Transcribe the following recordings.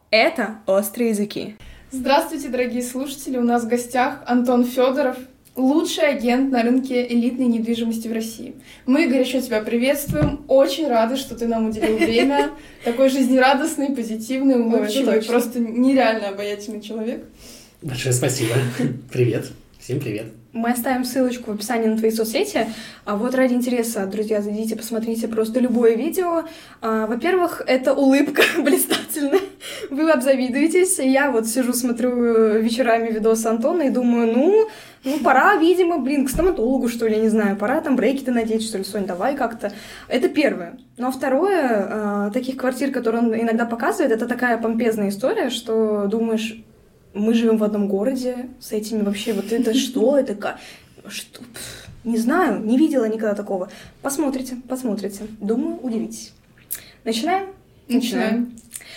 Это «Острые языки». Здравствуйте, дорогие слушатели! У нас в гостях Антон Федоров, лучший агент на рынке элитной недвижимости в России. Мы горячо тебя приветствуем, очень рады, что ты нам уделил время. Такой жизнерадостный, позитивный, улыбчивый, просто нереально обаятельный человек. Большое спасибо. Привет. Всем привет. Мы оставим ссылочку в описании на твои соцсети. А вот ради интереса, друзья, зайдите, посмотрите просто любое видео. Во-первых, это улыбка блистательная. Вы обзавидуетесь. Я вот сижу, смотрю вечерами видосы Антона и думаю, ну, пора, видимо, к стоматологу, что ли, я не знаю. Пора там брекеты надеть, что ли, Сонь, давай как-то. Это первое. Но второе, таких квартир, которые он иногда показывает, это такая помпезная история, что думаешь... Мы живем в одном городе с этими вообще, вот это что, это как... Что? Не знаю, не видела никогда такого. Посмотрите. Думаю, удивитесь. Начинаем? Начинаем.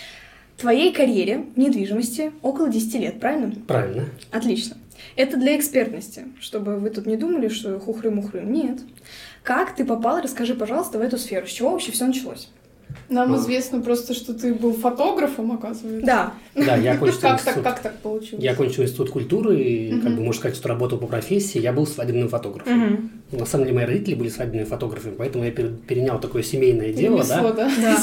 Твоей карьере в недвижимости около 10 лет, правильно? Правильно. Отлично. Это для экспертности, чтобы вы тут не думали, что хухры-мухры. Нет. Как ты попал, расскажи, пожалуйста, в эту сферу. С чего вообще все началось? Нам известно просто, что ты был фотографом, оказывается. Да. Да, я окончил Как так получилось? Я окончил институт культуры, и, можно сказать, что работал по профессии. Я был свадебным фотографом. На самом деле, мои родители были свадебными фотографами, поэтому я перенял такое семейное дело. Да.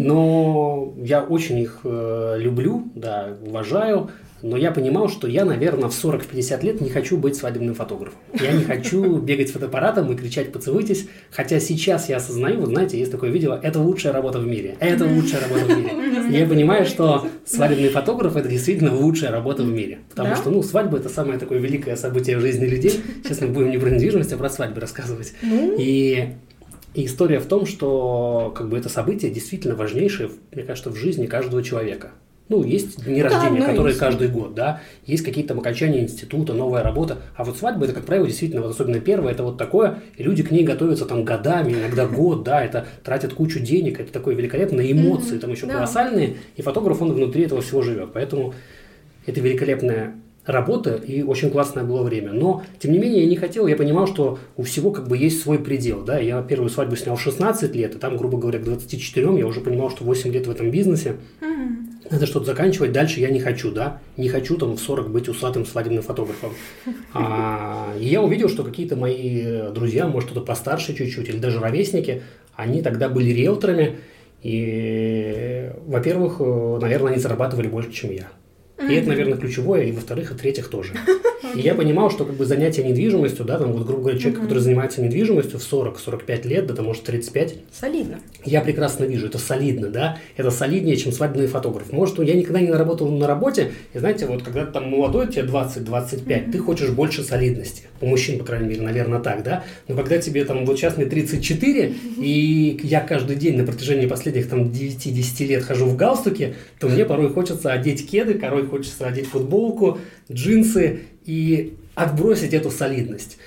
Но я очень их люблю, да, уважаю. Но я понимал, что я, наверное, в 40-50 лет не хочу быть свадебным фотографом. Я не хочу бегать с фотоаппаратом и кричать «поцелуйтесь». Хотя сейчас я осознаю, вот знаете, есть такое видео «это лучшая работа в мире». Это лучшая работа в мире. И я понимаю, что свадебный фотограф – это действительно лучшая работа в мире. Потому что, свадьба – это самое такое великое событие в жизни людей. Сейчас мы будем не про недвижимость, а про свадьбы рассказывать. И история в том, что это событие действительно важнейшее, мне кажется, в жизни каждого человека. Есть дни рождения, которые каждый год, да, есть какие-то там окончания института, новая работа, а вот свадьба, это, как правило, действительно, вот особенно первая, это вот такое, и люди к ней готовятся там годами, иногда год, да, это тратят кучу денег, это такое великолепное, эмоции там еще колоссальные, и фотограф, он внутри этого всего живет, поэтому это великолепная работа, и очень классное было время. Но, тем не менее, я не хотел, я понимал, что у всего есть свой предел. Да? Я первую свадьбу снял в 16 лет, и там, грубо говоря, к 24 я уже понимал, что 8 лет в этом бизнесе. Надо что-то заканчивать, дальше я не хочу, да, не хочу там в 40 быть усатым свадебным фотографом. И я увидел, что какие-то мои друзья, может, кто-то постарше чуть-чуть, или даже ровесники, они тогда были риэлторами, и, во-первых, наверное, они зарабатывали больше, чем я. И это, наверное, ключевое, и во-вторых, и в-третьих тоже. И я понимал, что занятие недвижимостью, да, грубо говоря, человек, который занимается недвижимостью в 40-45 лет, да, может, 35. Солидно. Я прекрасно вижу, это солидно, да, это солиднее, чем свадебный фотограф. Может, я никогда не работал на работе, и знаете, вот когда ты там молодой, тебе 20-25, ты хочешь больше солидности. У мужчин, по крайней мере, наверное, так, да. Но когда тебе там, вот сейчас мне 34, и я каждый день на протяжении последних там 9-10 лет хожу в галстуке, то мне порой хочется одеть кеды, порой хочется одеть футболку, джинсы и отбросить эту солидность.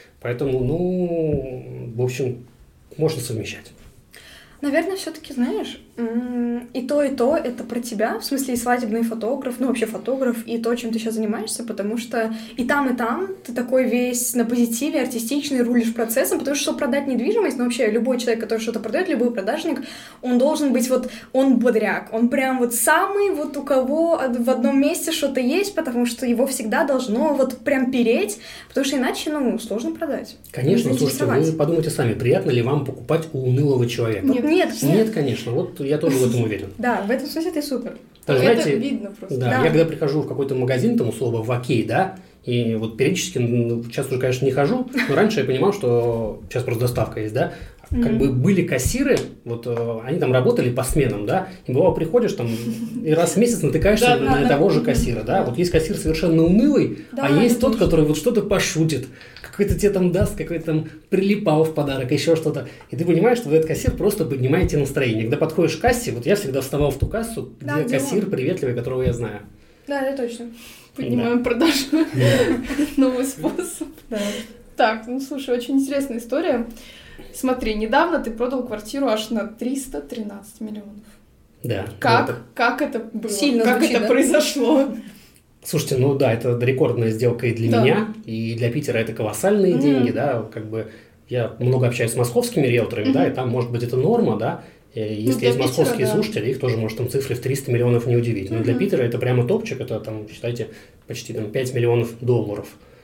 Поэтому, в общем, можно совмещать. Наверное, все-таки, знаешь, и то это про тебя, в смысле и свадебный фотограф, вообще фотограф, и то, чем ты сейчас занимаешься, потому что и там ты такой весь на позитиве, артистичный, рулишь процессом, потому что, чтобы продать недвижимость, вообще любой человек, который что-то продает, любой продажник, он должен быть он бодряк, он прям самый у кого в одном месте что-то есть, потому что его всегда должно прям переть, потому что иначе, сложно продать. Конечно, слушайте, вы подумайте сами, приятно ли вам покупать у унылого человека? Нет, конечно. Вот я тоже в этом уверен. Да, в этом смысле ты супер. Даже, знаете, это видно просто. Да, я когда прихожу в какой-то магазин, там, условно, в Окей, да, и периодически, сейчас уже, конечно, не хожу, но раньше я понимал, что сейчас просто доставка есть, да, были кассиры, они там работали по сменам, да, и бывало приходишь там и раз в месяц натыкаешься на того же кассира, да, есть кассир совершенно унылый, а есть тот, который что-то пошутит, какой-то тебе там даст, какой-то там прилипал в подарок, еще что-то, и ты понимаешь, что этот кассир просто поднимает тебе настроение. Когда подходишь к кассе, я всегда вставал в ту кассу, где кассир приветливый, которого я знаю. Да, это точно. Поднимаем продажу. Новый способ. Так, слушай, очень интересная история. Смотри, недавно ты продал квартиру аж на 313 миллионов. Да. Как это было? Сильно как звучит, это произошло? Слушайте, это рекордная сделка и для меня, и для Питера это колоссальные деньги, да, я много общаюсь с московскими риэлторами, да, и там, может быть, это норма, да, Если есть московские слушатели, их тоже может там цифры в 300 миллионов не удивить. Но для Питера это прямо топчик, это там, считайте, почти там, 5 миллионов долларов.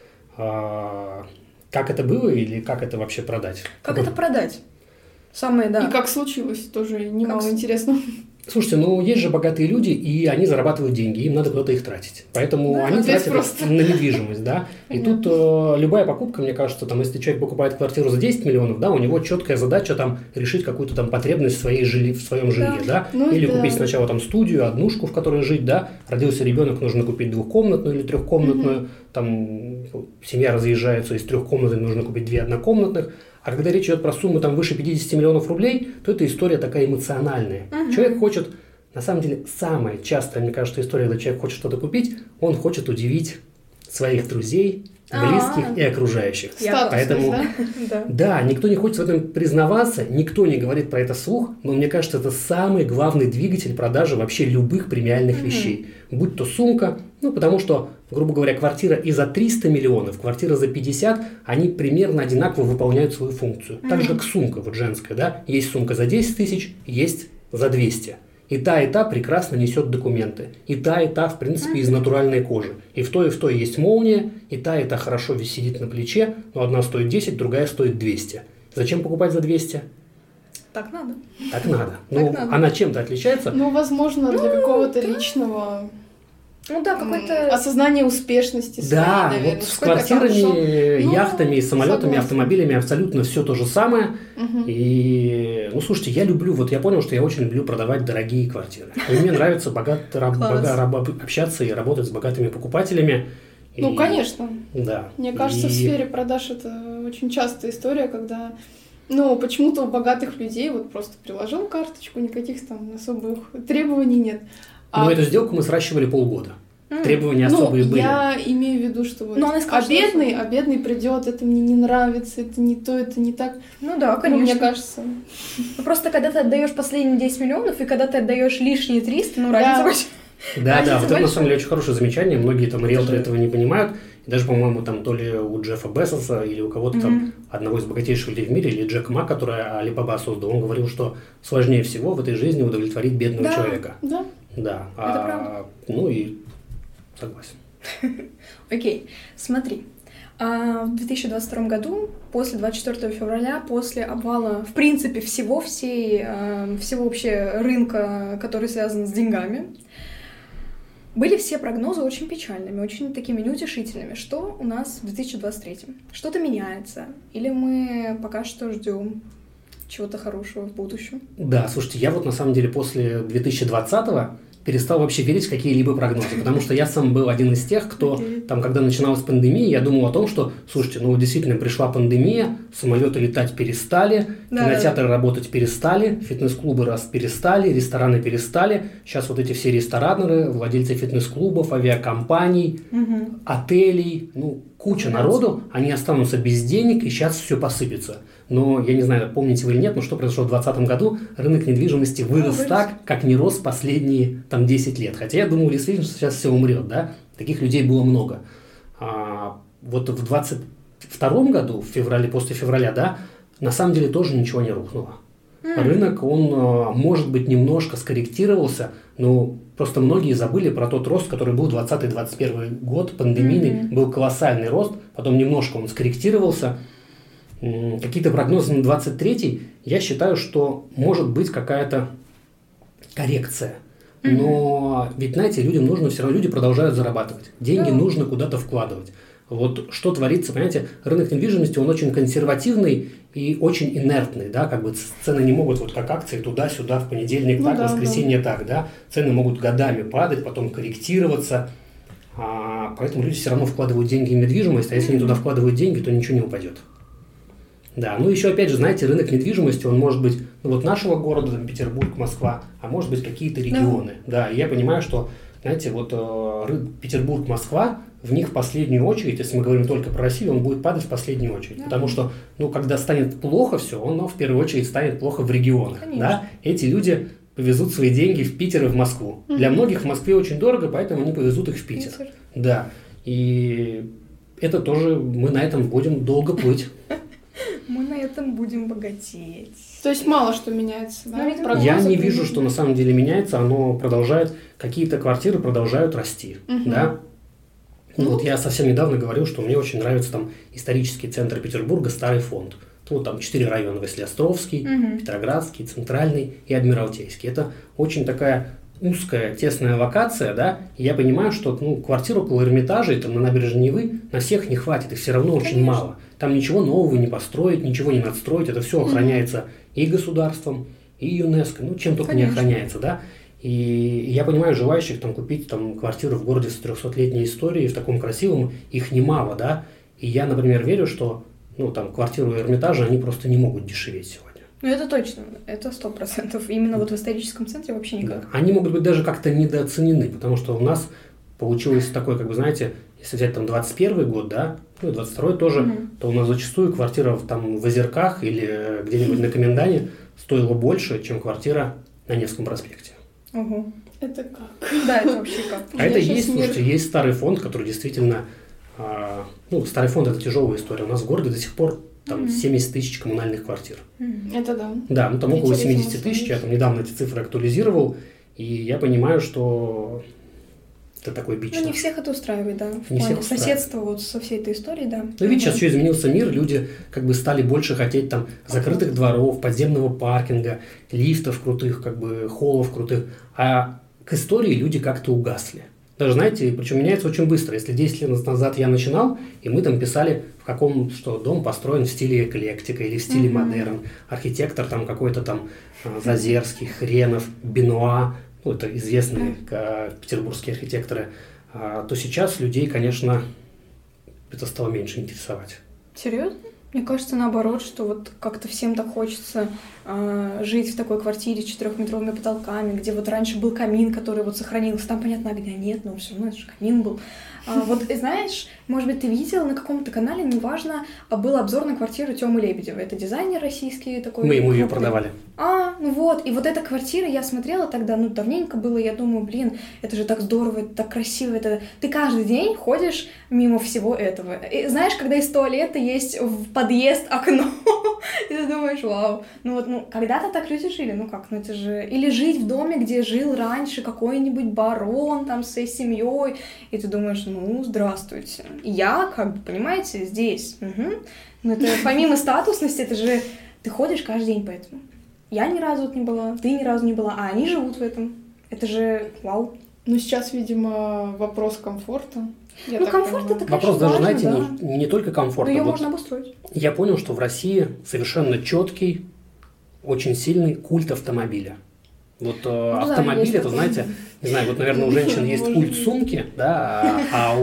Как это было или как это вообще продать? Как это продать? Самое, да. И как случилось, тоже немало интересно. Слушайте, ну есть же богатые люди, и они зарабатывают деньги, им надо куда-то их тратить. Поэтому они тратят на недвижимость, да. И тут любая покупка, мне кажется, там, если человек покупает квартиру за 10 миллионов, да, у него четкая задача там решить какую-то там потребность в своем жилье, да. Или купить сначала там студию, однушку, в которой жить, да. Родился ребенок, нужно купить двухкомнатную или трехкомнатную. Там семья разъезжается, из трехкомнатной нужно купить 2 однокомнатных. А когда речь идет про сумму там, выше 50 миллионов рублей, то эта история такая эмоциональная. Человек хочет, на самом деле, самая частая, мне кажется, история, когда человек хочет что-то купить, он хочет удивить своих друзей, близких и окружающих. Поэтому, да, никто не хочет в этом признаваться, никто не говорит про это вслух, но мне кажется, это самый главный двигатель продажи вообще любых премиальных вещей. Будь то сумка, ну, потому что, грубо говоря, квартира и за 300 миллионов, квартира за 50, они примерно одинаково выполняют свою функцию. Так же, как сумка, вот женская, да, есть сумка за 10 тысяч, есть за 200. И та прекрасно несет документы. И та, в принципе, из натуральной кожи. И в той есть молния, и та хорошо сидит на плече, но одна стоит 10, другая стоит 200. Зачем покупать за 200? Так надо. Так надо. Ну, она чем-то отличается? Ну, возможно, для какого-то личного... Ну да, какое-то... осознание успешности своей, да, наверное. вот с квартирами, яхтами, самолетами, автомобилями абсолютно все то же самое. И, ну, слушайте, я понял, что я очень люблю продавать дорогие квартиры. И мне нравится общаться и работать с богатыми покупателями. Ну, конечно. Да. Мне кажется, в сфере продаж это очень частая история, когда... Ну, почему-то у богатых людей вот просто приложил карточку, никаких там особых требований нет. Но эту сделку мы сращивали полгода. Требования особые были. Я имею в виду, что вот бедный придет, это мне не нравится, это не то, это не так. Ну да, конечно. Мне кажется. Просто когда ты отдаешь последние 10 миллионов, и когда ты отдаешь лишние 300, разница большая. Да, вот это на самом деле очень хорошее замечание. Многие там риэлторы этого не понимают. И даже, по-моему, там то ли у Джеффа Безоса или у кого-то там, одного из богатейших людей в мире, или Джек Ма, который Alibaba создал, он говорил, что сложнее всего в этой жизни удовлетворить бедного человека. Да. Это правда. Ну и согласен. Окей, смотри. В 2022 году, после 24 февраля, после обвала, в принципе, всего вообще рынка, который связан с деньгами, были все прогнозы очень печальными, очень такими неутешительными. Что у нас в 2023? Что-то меняется? Или мы пока что ждем чего-то хорошего в будущем? Да, слушайте, я вот на самом деле после 2020-го перестал вообще верить в какие-либо прогнозы, потому что я сам был один из тех, кто там, когда начиналась пандемия, я думал о том, что, слушайте, ну действительно пришла пандемия, самолеты летать перестали, кинотеатры работать перестали, фитнес-клубы перестали, рестораны перестали, сейчас вот эти все ресторанеры, владельцы фитнес-клубов, авиакомпаний, отелей, ну куча народу, они останутся без денег, и сейчас все посыпется. Но, я не знаю, помните вы или нет, но что произошло в 2020 году, рынок недвижимости вырос так, как не рос последние там 10 лет. Хотя я думал, действительно, что сейчас все умрет, да? Таких людей было много. Вот в 2022 году, в феврале, после февраля, да, на самом деле тоже ничего не рухнуло. Рынок, он, может быть, немножко скорректировался, но просто многие забыли про тот рост, который был 2020-2021 год, пандемийный, был колоссальный рост, потом немножко он скорректировался. Какие-то прогнозы на 23-й, я считаю, что может быть какая-то коррекция. Но ведь, знаете, людям нужно все равно, люди продолжают зарабатывать. Деньги нужно куда-то вкладывать. Вот что творится, понимаете, рынок недвижимости, он очень консервативный и очень инертный, да, как бы цены не могут вот как акции туда-сюда, в понедельник так, в воскресенье так, да, цены могут годами падать, потом корректироваться, поэтому люди все равно вкладывают деньги в недвижимость, а если они туда вкладывают деньги, то ничего не упадет. Да, ну еще опять же, знаете, рынок недвижимости, он может быть, ну вот нашего города, там, Петербург, Москва, а может быть какие-то регионы. Да, и я понимаю, что, знаете, вот Петербург, Москва, в них в последнюю очередь, если мы говорим только про Россию, он будет падать в последнюю очередь. Потому что, ну, когда станет плохо все, он, в первую очередь станет плохо в регионах. Да? Эти люди повезут свои деньги в Питер и в Москву. Для многих в Москве очень дорого, поэтому они повезут их в Питер. Да, и это тоже, мы на этом будем долго плыть. Мы на этом будем богатеть. То есть мало что меняется, да? Ну, видимо, Прогнозы Я не примерно. вижу, что на самом деле меняется, оно продолжает, какие-то квартиры продолжают расти, да. Ну, вот я совсем недавно говорил, что мне очень нравится там исторический центр Петербурга, Старый фонд. Вот там 4 района: Василиостровский, Петроградский, Центральный и Адмиралтейский. Это очень такая узкая, тесная локация, да, и я понимаю, что квартир около Эрмитажа и там на набережной Невы на всех не хватит, их все равно очень мало. Там ничего нового не построить, ничего не надстроить, это все охраняется и государством, и ЮНЕСКО, чем только не охраняется, да. И я понимаю, желающих там купить там квартиру в городе с 300-летней историей, в таком красивом, их немало, да. И я, например, верю, что там квартиру Эрмитажа они просто не могут дешеветь сегодня. Ну, это точно, это 100%. Именно вот в историческом центре вообще никак. Да. Они могут быть даже как-то недооценены, потому что у нас получилось такой, знаете, если взять там 21 год, да, и 22 тоже, то у нас зачастую квартира там в Озерках или где-нибудь на Комендане стоила больше, чем квартира на Невском проспекте. Ого. Это как? Да, это вообще как. А это есть, слушайте, есть Старый фонд, который действительно... Старый фонд – это тяжелая история. У нас в городе до сих пор там 70 тысяч коммунальных квартир. Это да. Да, там около Интересно, 70 тысяч. Я там недавно эти цифры актуализировал, и я понимаю, что это такой бич. Не всех это устраивает, да. В Не плане всех соседства вот со всей этой историей, да. Ну, видите, сейчас еще изменился мир, люди стали больше хотеть там закрытых дворов, подземного паркинга, лифтов крутых, холлов крутых, а к истории люди как-то угасли. Даже, знаете, причем меняется очень быстро. Если 10 лет назад я начинал, и мы там писали, что дом построен в стиле эклектика или в стиле модерн, архитектор там какой-то там Зазерский, Хренов, Бенуа, это известные петербургские архитекторы, то сейчас людей, конечно, это стало меньше интересовать. Серьезно? Мне кажется, наоборот, что вот как-то всем так хочется жить в такой квартире с 4-метровыми потолками, где вот раньше был камин, который вот сохранился. Там, понятно, огня нет, но все равно это же камин был. Вот, знаешь, может быть, ты видел на каком-то канале, неважно, был обзор на квартиру Тёмы Лебедева. Это дизайнер российский такой. Мы ему ее продавали. И вот эта квартира, я смотрела тогда, давненько было, я думаю, это же так здорово, это так красиво, ты каждый день ходишь мимо всего этого. И знаешь, когда из туалета есть в подъезд окно, и ты думаешь, вау. Когда-то так люди жили, это же... Или жить в доме, где жил раньше какой-нибудь барон там с своей семьей, и ты думаешь, здравствуйте. Я, понимаете, здесь. Это помимо статусности, это же... Ты ходишь каждый день по этому. Я ни разу тут не была, ты ни разу не была, а они живут в этом. Это же вау. Сейчас, видимо, вопрос комфорта. Комфорт это, конечно, вопрос даже, важно, знаете, да. не только комфорта. Но ее можно обустроить. Я понял, что в России совершенно четкий, очень сильный культ автомобиля. Автомобиль, это, знаете, не знаю, наверное, у женщин есть культ сумки, да, а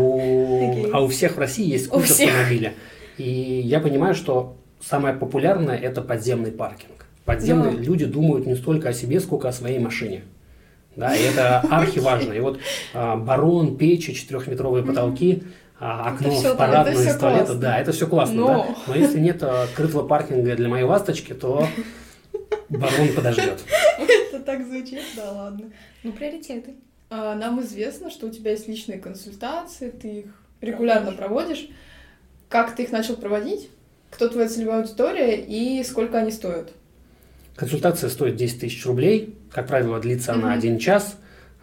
у всех в России есть культ автомобиля. И я понимаю, что самое популярное – это подземный паркинг. Подземные люди думают не столько о себе, сколько о своей машине. Да, и это архиважно. И барон, печи, 4-метровые потолки, окно в парадную из туалета. Да, это все классно. Да? Но если нет открытого паркинга для моей ласточки, то барон подождет. Это так звучит, да ладно. Приоритеты. Нам известно, что у тебя есть личные консультации, ты их регулярно проводишь. Как ты их начал проводить? Кто твоя целевая аудитория и сколько они стоят? Консультация стоит 10 тысяч рублей. Как правило, длится она 1 час.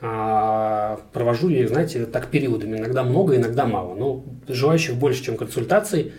Провожу ее, знаете, так периодами. Иногда много, иногда мало. Но желающих больше, чем консультаций.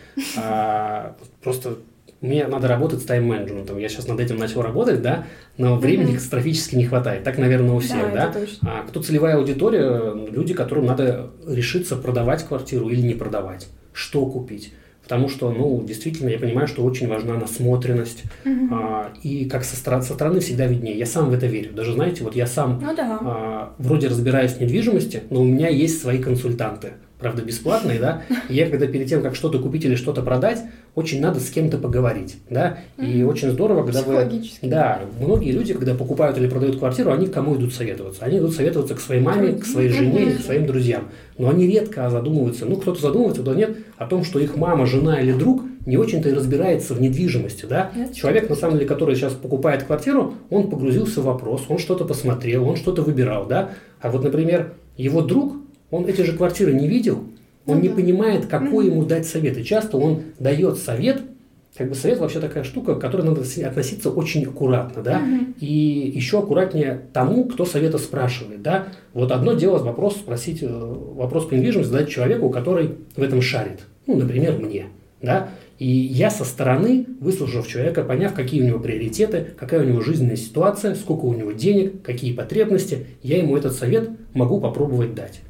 Просто мне надо работать с тайм-менеджментом. Я сейчас над этим начал работать, да, но времени катастрофически не хватает. Так, наверное, у всех, да. Кто целевая аудитория? Люди, которым надо решиться продавать квартиру или не продавать. Что купить? Потому что, действительно, я понимаю, что очень важна насмотренность. И как со стороны всегда виднее. Я сам в это верю. Даже, знаете, я сам вроде разбираюсь в недвижимости, но у меня есть свои консультанты. Правда, бесплатные, да. И я, когда перед тем, как что-то купить или что-то продать, очень надо с кем-то поговорить, да. И очень здорово, когда Да, многие люди, когда покупают или продают квартиру, они к кому идут советоваться? Они идут советоваться к своей маме, к своей жене или к своим друзьям. Но они редко задумываются, кто-то задумывается, кто нет, о том, что их мама, жена или друг не очень-то и разбирается в недвижимости, да. Человек, на самом деле, который сейчас покупает квартиру, он погрузился в вопрос, он что-то посмотрел, он что-то выбирал, да. А например, его друг, он эти же квартиры не видел, он не понимает, какой ему дать совет. И часто он дает совет, как бы совет вообще такая штука, к которой надо относиться очень аккуратно, да, и еще аккуратнее тому, кто совета спрашивает, да. Вот одно дело вопрос по недвижимости задать человеку, который в этом шарит, ну, например, мне, да, и я со стороны, выслушав человека, поняв, какие у него приоритеты, какая у него жизненная ситуация, сколько у него денег, какие потребности, я ему этот совет могу попробовать дать.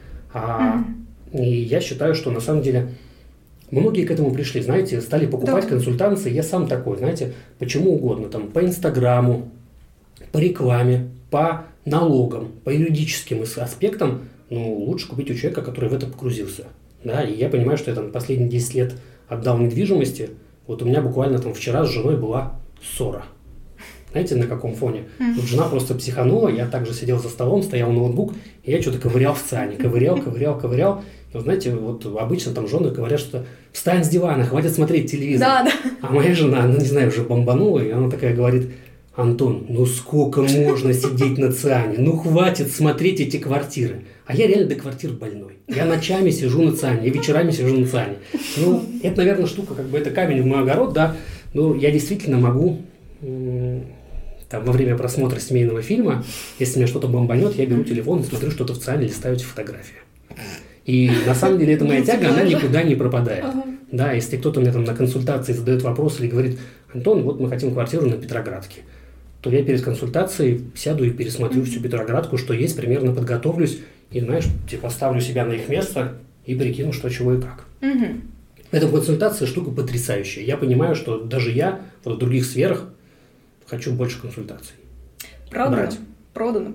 И я считаю, что на самом деле многие к этому пришли, знаете, стали покупать консультации. Я сам такой, знаете, почему угодно, там, по Инстаграму, по рекламе, по налогам, по юридическим аспектам, ну, лучше купить у человека, который в это погрузился. Да, и я понимаю, что я там последние 10 лет отдал недвижимости. Вот у меня буквально там вчера с женой была ссора. Знаете, на каком фоне? Тут жена просто психанула, я также сидел за столом, стоял ноутбук, и я что-то ковырял в циане. Ковырял. И вот знаете, вот обычно там жены говорят, что встань с дивана, хватит смотреть телевизор. Да. А моя жена, ну не знаю, уже бомбанула, и она такая говорит: Антон, ну сколько можно сидеть на циане? Ну хватит смотреть эти квартиры. А я реально до квартир больной. Я ночами сижу на циане, я вечерами сижу на циане. Ну, это, наверное, штука, как бы это камень в мой огород, да. Но я действительно могу там, во время просмотра семейного фильма, если меня что-то бомбанет, я беру телефон и смотрю что-то в циане, листаю эти фотографии. И на самом деле эта моя тяга, она никуда не пропадает. Да, если кто-то мне там на консультации задает вопрос или говорит: Антон, вот мы хотим квартиру на Петроградке, то я перед консультацией сяду и пересмотрю всю Петроградку, что есть, примерно подготовлюсь и, знаешь, типа ставлю себя на их место и прикину, что, чего и как. Поэтому консультация штука потрясающая. Я понимаю, что даже я вот в других сферах хочу больше консультаций. Продано.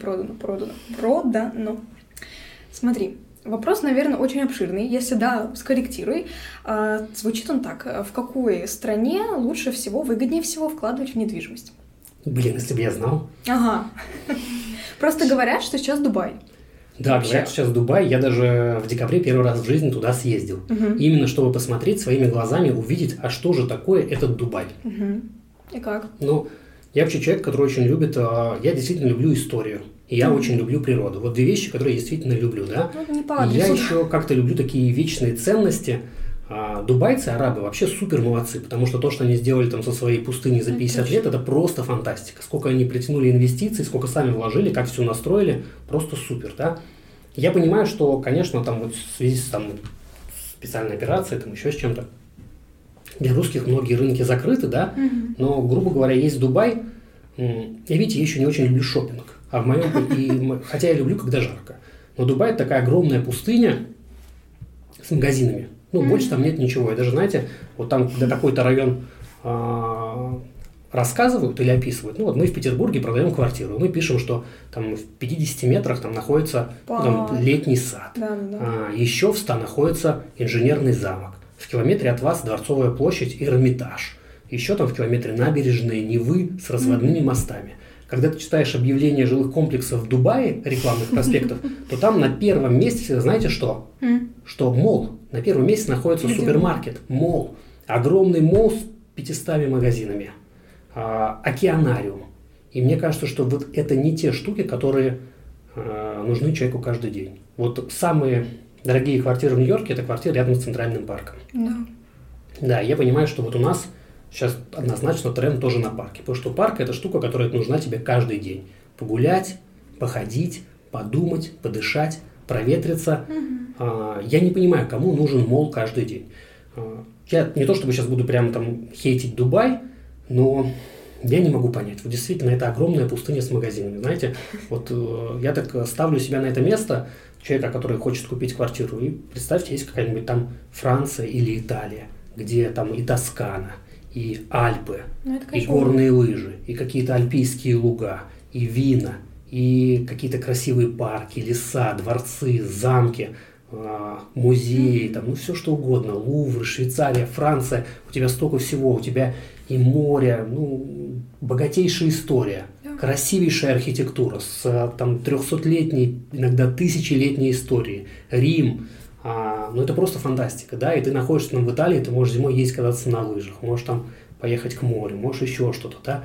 Смотри, вопрос, наверное, очень обширный. Если да, скорректируй. Звучит он так. В какой стране лучше всего, выгоднее всего вкладывать в недвижимость? Блин, если бы я знал. Ага. Просто говорят, что сейчас Дубай. Да, говорят, сейчас Дубай. Я даже в декабре первый раз в жизни туда съездил. Именно чтобы посмотреть своими глазами, увидеть, а что же такое этот Дубай. И как? Ну, я вообще человек, который очень любит, я действительно люблю историю. И я очень люблю природу. Вот две вещи, которые я действительно люблю, да. Не по адресу. Я еще как-то люблю такие вечные ценности. Дубайцы, арабы вообще супер молодцы, потому что то, что они сделали там со своей пустыней за 50 лет, это просто фантастика. Сколько они притянули инвестиций, сколько сами вложили, как все настроили, просто супер, да. Я понимаю, что, конечно, там вот в связи с специальной операцией, там еще с чем-то, для русских многие рынки закрыты, да, но, грубо говоря, есть Дубай. Я, видите, я еще не очень люблю шопинг, хотя я люблю, когда жарко. Но Дубай – это такая огромная пустыня с магазинами. Ну, больше там нет ничего. И даже, знаете, вот там, когда такой-то район рассказывают или описывают, ну, вот мы в Петербурге продаем квартиру, мы пишем, что там в 50 метрах там находится летний сад. Еще в 100 находится инженерный замок. В километре от вас Дворцовая площадь и Эрмитаж. Еще там в километре набережные Невы с разводными мостами. Когда ты читаешь объявления жилых комплексов в Дубае, рекламных проспектов, то там на первом месте, знаете что? Что молл. На первом месте находится супермаркет, молл. Огромный молл с 500 магазинами. Океанариум. И мне кажется, что вот это не те штуки, которые нужны человеку каждый день. Вот самые дорогие квартиры в Нью-Йорке – это квартиры рядом с Центральным парком. Да, я понимаю, что вот у нас сейчас однозначно тренд тоже на парке. Потому что парк – это штука, которая нужна тебе каждый день. Погулять, походить, подумать, подышать, проветриться. Я не понимаю, кому нужен молл каждый день. Я не то чтобы сейчас буду прямо там хейтить Дубай, но я не могу понять. Вот действительно, это огромная пустыня с магазинами. Знаете, вот я так ставлю себя на это место человека, который хочет купить квартиру. И представьте, есть какая-нибудь там Франция или Италия, где там и Тоскана, и Альпы, и горные лыжи, и какие-то альпийские луга, и вина, и какие-то красивые парки, леса, дворцы, замки, музеи, там, ну все что угодно, Лувр, Швейцария, Франция, у тебя столько всего, у тебя и море, ну, богатейшая история, красивейшая архитектура с там 300-летней, иногда тысячелетней историей, Рим, ну это просто фантастика, да, и ты находишься там в Италии, ты можешь зимой ездить кататься на лыжах, можешь там поехать к морю, можешь еще что-то, да.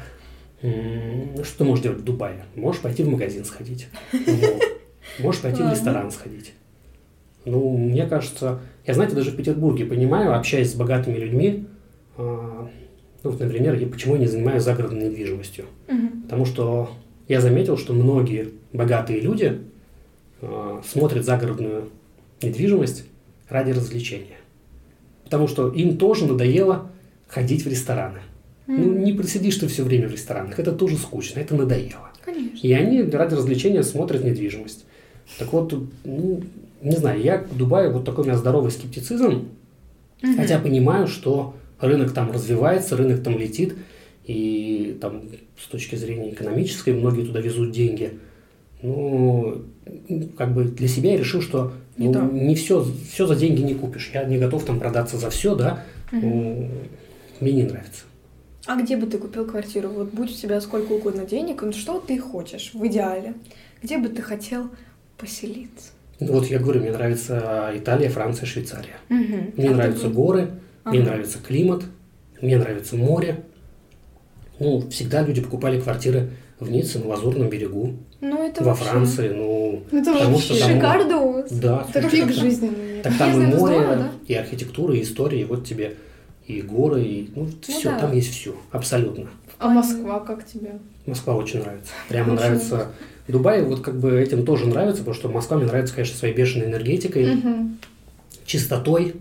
Что ты можешь делать в Дубае? Можешь пойти в магазин сходить, можешь пойти в ресторан сходить. Ну, мне кажется, я, знаете, даже в Петербурге понимаю, общаясь с богатыми людьми, Ну, вот, например, почему я не занимаюсь загородной недвижимостью? Мгм. Потому что я заметил, что многие богатые люди смотрят загородную недвижимость ради развлечения. Потому что им тоже надоело ходить в рестораны. Ну, не просидишь ты все время в ресторанах, это тоже скучно, это надоело. Конечно. И они ради развлечения смотрят недвижимость. Так вот, ну, не знаю, я к Дубаю вот такой у меня здоровый скептицизм, хотя понимаю, что рынок там развивается, рынок там летит, и там с точки зрения экономической многие туда везут деньги. Ну, как бы для себя я решил, что не все за деньги не купишь. Я не готов там продаться за все, да. Ну, мне не нравится. А где бы ты купил квартиру? Вот будь у тебя сколько угодно денег, ну что ты хочешь в идеале? Где бы ты хотел поселиться? Ну, вот я говорю, мне нравится Италия, Франция, Швейцария. Мгм. Мне нравятся горы, мне Ага. нравится климат, мне нравится море. Ну, всегда люди покупали квартиры в Ницце, на Лазурном берегу, Ну это во вообще Франции, ну, Это потому вообще что там... шикардос. Да, Это слушай, пик так- жизни. наверное. Так там Если и это море, здорово, да? и архитектура, и история, и вот тебе и горы, и все, да. там есть все, абсолютно. А Москва как тебе? Москва очень нравится. Прямо Очень нравится. Дубай вот как бы этим тоже нравится, потому что Москва мне нравится, конечно, своей бешеной энергетикой, Мгм. чистотой,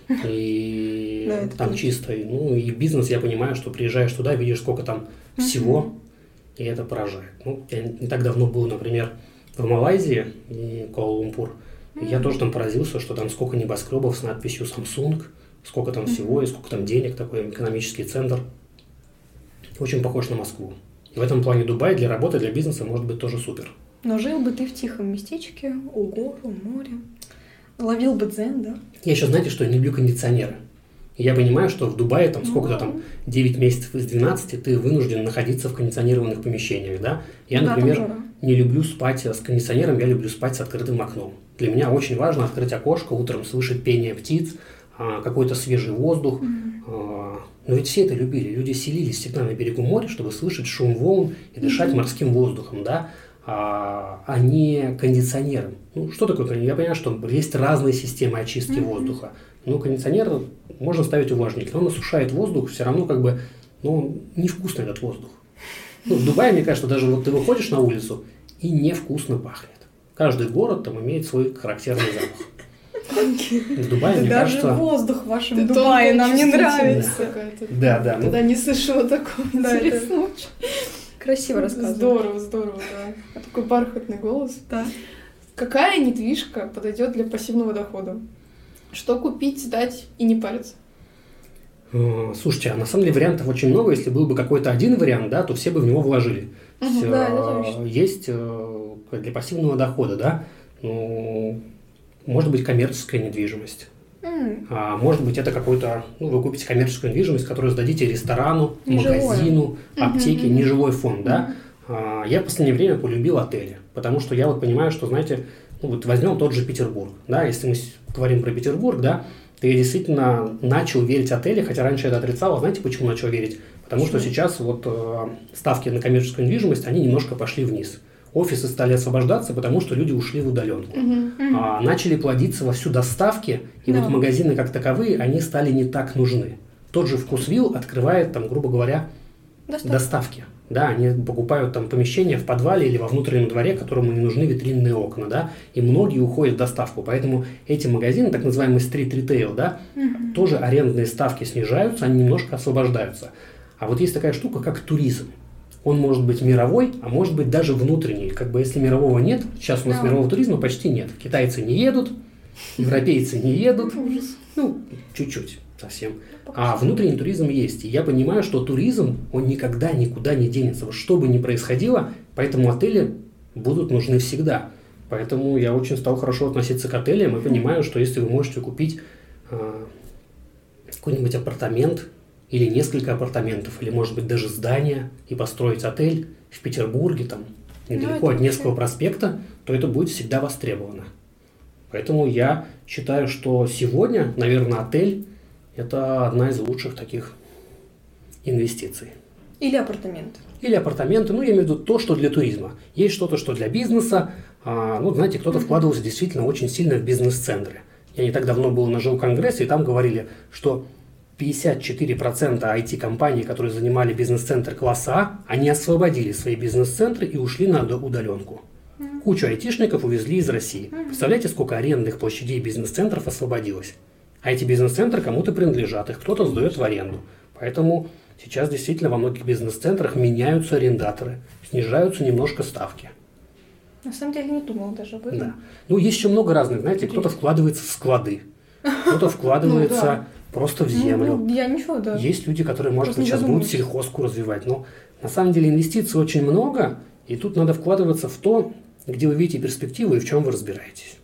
и Да, это там точно. чисто. Ну и бизнес, я понимаю, что приезжаешь туда, видишь, сколько там всего, и это поражает. Ну, я не так давно был, например, в Малайзии и Куала-Лумпур, и я тоже там поразился, что там сколько небоскребов с надписью Samsung, сколько там всего и сколько там денег, такой экономический центр. Очень похож на Москву. И в этом плане Дубай для работы, для бизнеса может быть тоже супер. Но жил бы ты в тихом местечке, у гор, у моря. Ловил бы дзен, да? Я еще, знаете, что я не люблю кондиционеры. И я понимаю, что в Дубае там сколько-то там 9 месяцев из 12 ты вынужден находиться в кондиционированных помещениях, да? Я, Да, там например, жара. не люблю спать с кондиционером, я люблю спать с открытым окном. Для меня очень важно открыть окошко, утром слышать пение птиц, какой-то свежий воздух. Но ведь все это любили. Люди селились всегда на берегу моря, чтобы слышать шум волн и дышать морским воздухом, да? А не кондиционером. Ну, что такое кондиционер? Я понимаю, что есть разные системы очистки воздуха. Но кондиционер можно ставить увлажнитель. Он осушает воздух, все равно как бы, ну, невкусный этот воздух. Ну, в Дубае, мне кажется, даже вот ты выходишь на улицу и невкусно пахнет. Каждый город там имеет свой характерный запах. В Дубае, мне Даже кажется... воздух в вашем Ты Дубае тонкая нам не чувствительность нравится. какая-то. Да, ну, Когда не слышала такого. Да, это- Интересно очень. Красиво рассказываешь. Здорово, здорово, да. Такой бархатный голос. Да. Какая недвижка подойдет для пассивного дохода? Что купить, сдать и не париться? Слушайте, а на самом деле вариантов очень много. Если был бы какой-то один вариант, да, то все бы в него вложили. То есть, да, это точно. есть для пассивного дохода, да, ну, может быть коммерческая недвижимость. А может быть, это какой-то, ну, вы купите коммерческую недвижимость, которую сдадите ресторану, Нежилое. магазину, аптеке, нежилой фонд, да. Я в последнее время полюбил отели, потому что я вот понимаю, что, знаете, ну, вот возьмем тот же Петербург, да, если мы говорим про Петербург, да, то я действительно начал верить в отели, хотя раньше я это отрицал, а знаете, почему начал верить? Потому что сейчас вот ставки на коммерческую недвижимость, они немножко пошли вниз. Офисы стали освобождаться, потому что люди ушли в удаленку. Начали плодиться вовсю доставки, и Да. вот магазины как таковые, они стали не так нужны. Тот же Вкусвилл открывает там, грубо говоря, доставки. Да, они покупают там помещение в подвале или во внутреннем дворе, которому не нужны витринные окна, да, и многие уходят в доставку. Поэтому эти магазины, так называемый стрит-ритейл, да, тоже арендные ставки снижаются, они немножко освобождаются. А вот есть такая штука, как туризм. Он может быть мировой, а может быть даже внутренний. Как бы если мирового нет, сейчас у нас Да. мирового туризма почти нет. Китайцы не едут, европейцы не едут, ну, чуть-чуть совсем. А внутренний туризм есть. И я понимаю, что туризм, он никогда никуда не денется. Вот что бы ни происходило, поэтому отели будут нужны всегда. Поэтому я очень стал хорошо относиться к отелям и понимаю, что если вы можете купить какой-нибудь апартамент или несколько апартаментов, или, может быть, даже здание и построить отель в Петербурге, там, недалеко это от Невского проспекта, то это будет всегда востребовано. Поэтому я считаю, что сегодня, наверное, отель – это одна из лучших таких инвестиций. Или апартаменты. Или апартаменты, ну, я имею в виду то, что для туризма. Есть что-то, что для бизнеса. Ну, знаете, кто-то вкладывался действительно очень сильно в бизнес-центры. Я не так давно был на Жилконгрессе, и там говорили, что 54% IT-компаний, которые занимали бизнес-центр класса А, они освободили свои бизнес-центры и ушли на удаленку. Кучу айтишников увезли из России. Представляете, сколько арендных площадей бизнес-центров освободилось? А эти бизнес-центры кому-то принадлежат, их кто-то сдает в аренду. Поэтому сейчас действительно во многих бизнес-центрах меняются арендаторы, снижаются немножко ставки. На самом деле не думала даже об этом. Да. Ну, есть еще много разных, знаете, кто-то вкладывается в склады, кто-то вкладывается просто в землю. Я ничего, да. Есть люди, которые, может Просто быть, не сейчас будут задумываюсь. сельхозку развивать. Но на самом деле инвестиций очень много, и тут надо вкладываться в то, где вы видите перспективу и в чем вы разбираетесь.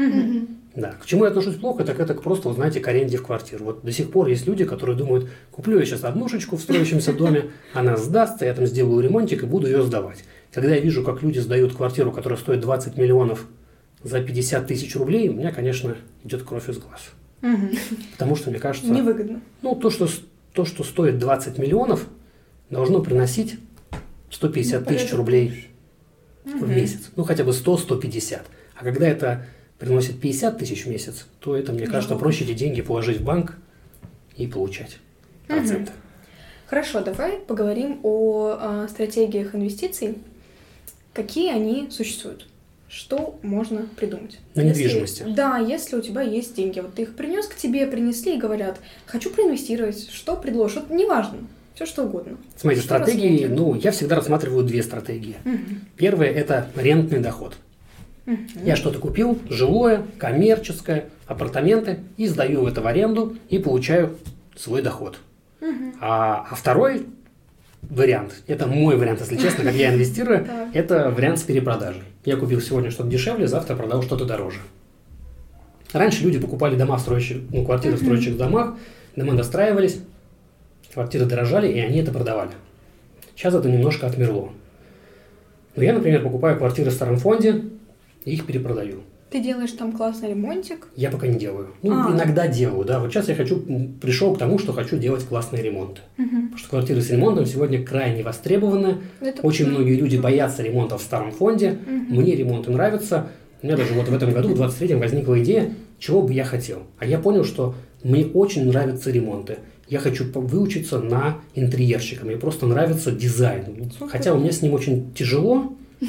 Да. К чему я отношусь плохо, так это просто, вот, знаете, к аренде в квартиру. Вот до сих пор есть люди, которые думают, куплю я сейчас однушечку в строящемся доме, она сдастся, я там сделаю ремонтик и буду ее сдавать. Когда я вижу, как люди сдают квартиру, которая стоит 20 миллионов за 50 тысяч рублей, у меня, конечно, идет кровь из глаз. Потому что, мне кажется, Невыгодно. ну, то, что стоит 20 миллионов, должно приносить 150 тысяч рублей в месяц. Ну, хотя бы 100-150. А когда это приносит 50 тысяч в месяц, то это, мне кажется, проще эти деньги положить в банк и получать проценты. Хорошо, давай поговорим о стратегиях инвестиций. Какие они существуют? Что можно придумать? На недвижимости. Да, если у тебя есть деньги. Вот ты их принес к тебе, принесли и говорят, хочу проинвестировать. Что предложишь? Вот неважно. Все что угодно. Смотрите, Что стратегии, рассмотрим? я всегда рассматриваю две стратегии. Первая – это рентный доход. Я что-то купил, жилое, коммерческое, апартаменты, и сдаю это в аренду и получаю свой доход. А второй вариант, это мой вариант, если честно, как я инвестирую, это вариант с перепродажей. Я купил сегодня что-то дешевле, завтра продал что-то дороже. Раньше люди покупали дома в строящих, квартиры в строящих домах, дома достраивались, квартиры дорожали, и они это продавали. Сейчас это немножко отмерло. Но я, например, покупаю квартиры в старом фонде и их перепродаю. Ты делаешь там классный ремонтик. Я пока не делаю. Иногда делаю, да. Вот сейчас я пришел к тому, что хочу делать классные ремонты. Потому что квартиры с ремонтом сегодня крайне востребованы. Очень многие люди боятся ремонта в старом фонде. Мне ремонты нравятся. У меня даже вот в этом году, в 23-м, возникла идея, чего бы я хотел. А я понял, что мне очень нравятся ремонты. Я хочу выучиться на интерьерщика. Мне просто нравится дизайн. Хотя у меня с ним очень тяжело.